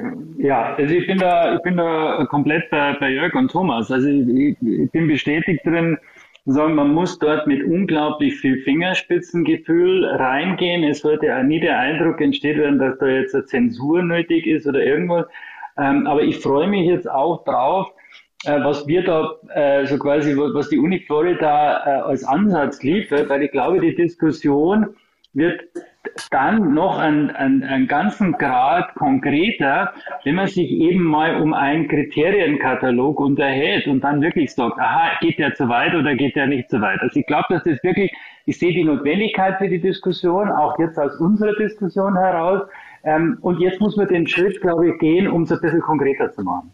Speaker 7: ja, also ich bin da, ich bin da komplett bei, bei Jörg und Thomas. Also ich, ich bin bestätigt drin, sagen, man muss dort mit unglaublich viel Fingerspitzengefühl reingehen. Es sollte auch nie der Eindruck entstehen werden, dass da jetzt eine Zensur nötig ist oder irgendwas. Ähm, aber ich freue mich jetzt auch drauf, was wir da, äh, so quasi, was die Uni Florida äh, als Ansatz liefert, weil ich glaube, die Diskussion wird dann noch einen, einen, einen ganzen Grad konkreter, wenn man sich eben mal um einen Kriterienkatalog unterhält und dann wirklich sagt, aha, geht der zu weit oder geht der nicht zu weit? Also ich glaube, dass das wirklich, ich sehe die Notwendigkeit für die Diskussion, auch jetzt aus unserer Diskussion heraus, ähm, und jetzt muss man den Schritt, glaube ich, gehen, um es ein bisschen konkreter zu machen.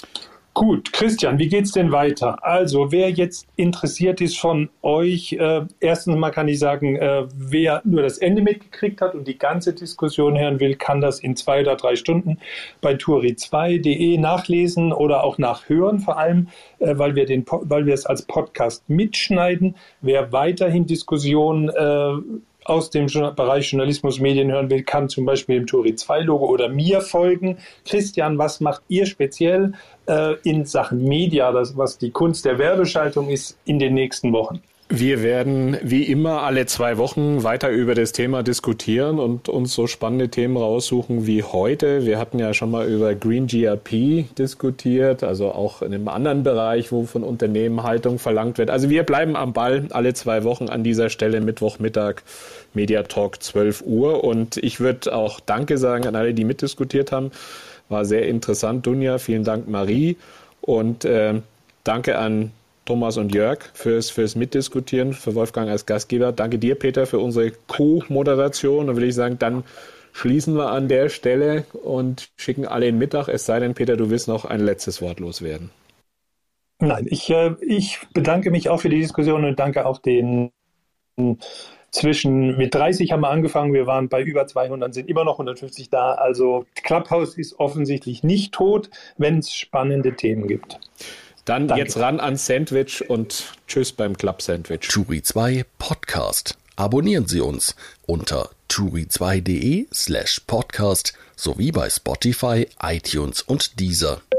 Speaker 3: Gut, Christian, wie geht's denn weiter? Also, wer jetzt interessiert ist von euch, äh, erstens mal kann ich sagen, äh, wer nur das Ende mitgekriegt hat und die ganze Diskussion hören will, kann das in zwei oder drei Stunden bei turi zwei punkt de nachlesen oder auch nachhören, vor allem, äh, weil wir den, weil wir es als Podcast mitschneiden. Wer weiterhin Diskussionen äh, aus dem Bereich Journalismus, Medien hören will, kann zum Beispiel dem Turi zwei Logo oder mir folgen. Christian, was macht ihr speziell äh, in Sachen Media, das, was die Kunst der Werbeschaltung ist, in den nächsten Wochen?
Speaker 4: Wir werden wie immer alle zwei Wochen weiter über das Thema diskutieren und uns so spannende Themen raussuchen wie heute. Wir hatten ja schon mal über Green G R P diskutiert, also auch in einem anderen Bereich, wo von Unternehmen Haltung verlangt wird. Also wir bleiben am Ball alle zwei Wochen an dieser Stelle, Mittwochmittag, Mediatalk zwölf Uhr. Und ich würde auch Danke sagen an alle, die mitdiskutiert haben. War sehr interessant, Dunja. Vielen Dank, Marie. Und äh, danke an Thomas und Jörg fürs, fürs Mitdiskutieren, für Wolfgang als Gastgeber. Danke dir, Peter, für unsere Co-Moderation. Dann würde ich sagen, dann schließen wir an der Stelle und schicken alle in Mittag. Es sei denn, Peter, du willst noch ein letztes Wort loswerden.
Speaker 3: Nein, ich, äh, ich bedanke mich auch für die Diskussion und danke auch den zwischen, mit dreißig haben wir angefangen, wir waren bei über zweihundert, sind immer noch hundertfünfzig da. Also Clubhouse ist offensichtlich nicht tot, wenn es spannende Themen gibt.
Speaker 4: Dann
Speaker 3: Danke.
Speaker 4: Jetzt ran ans Sandwich und tschüss beim Club Sandwich.
Speaker 1: Turi zwei Podcast. Abonnieren Sie uns unter turi zwei punkt de slash podcast sowie bei Spotify, iTunes und Deezer.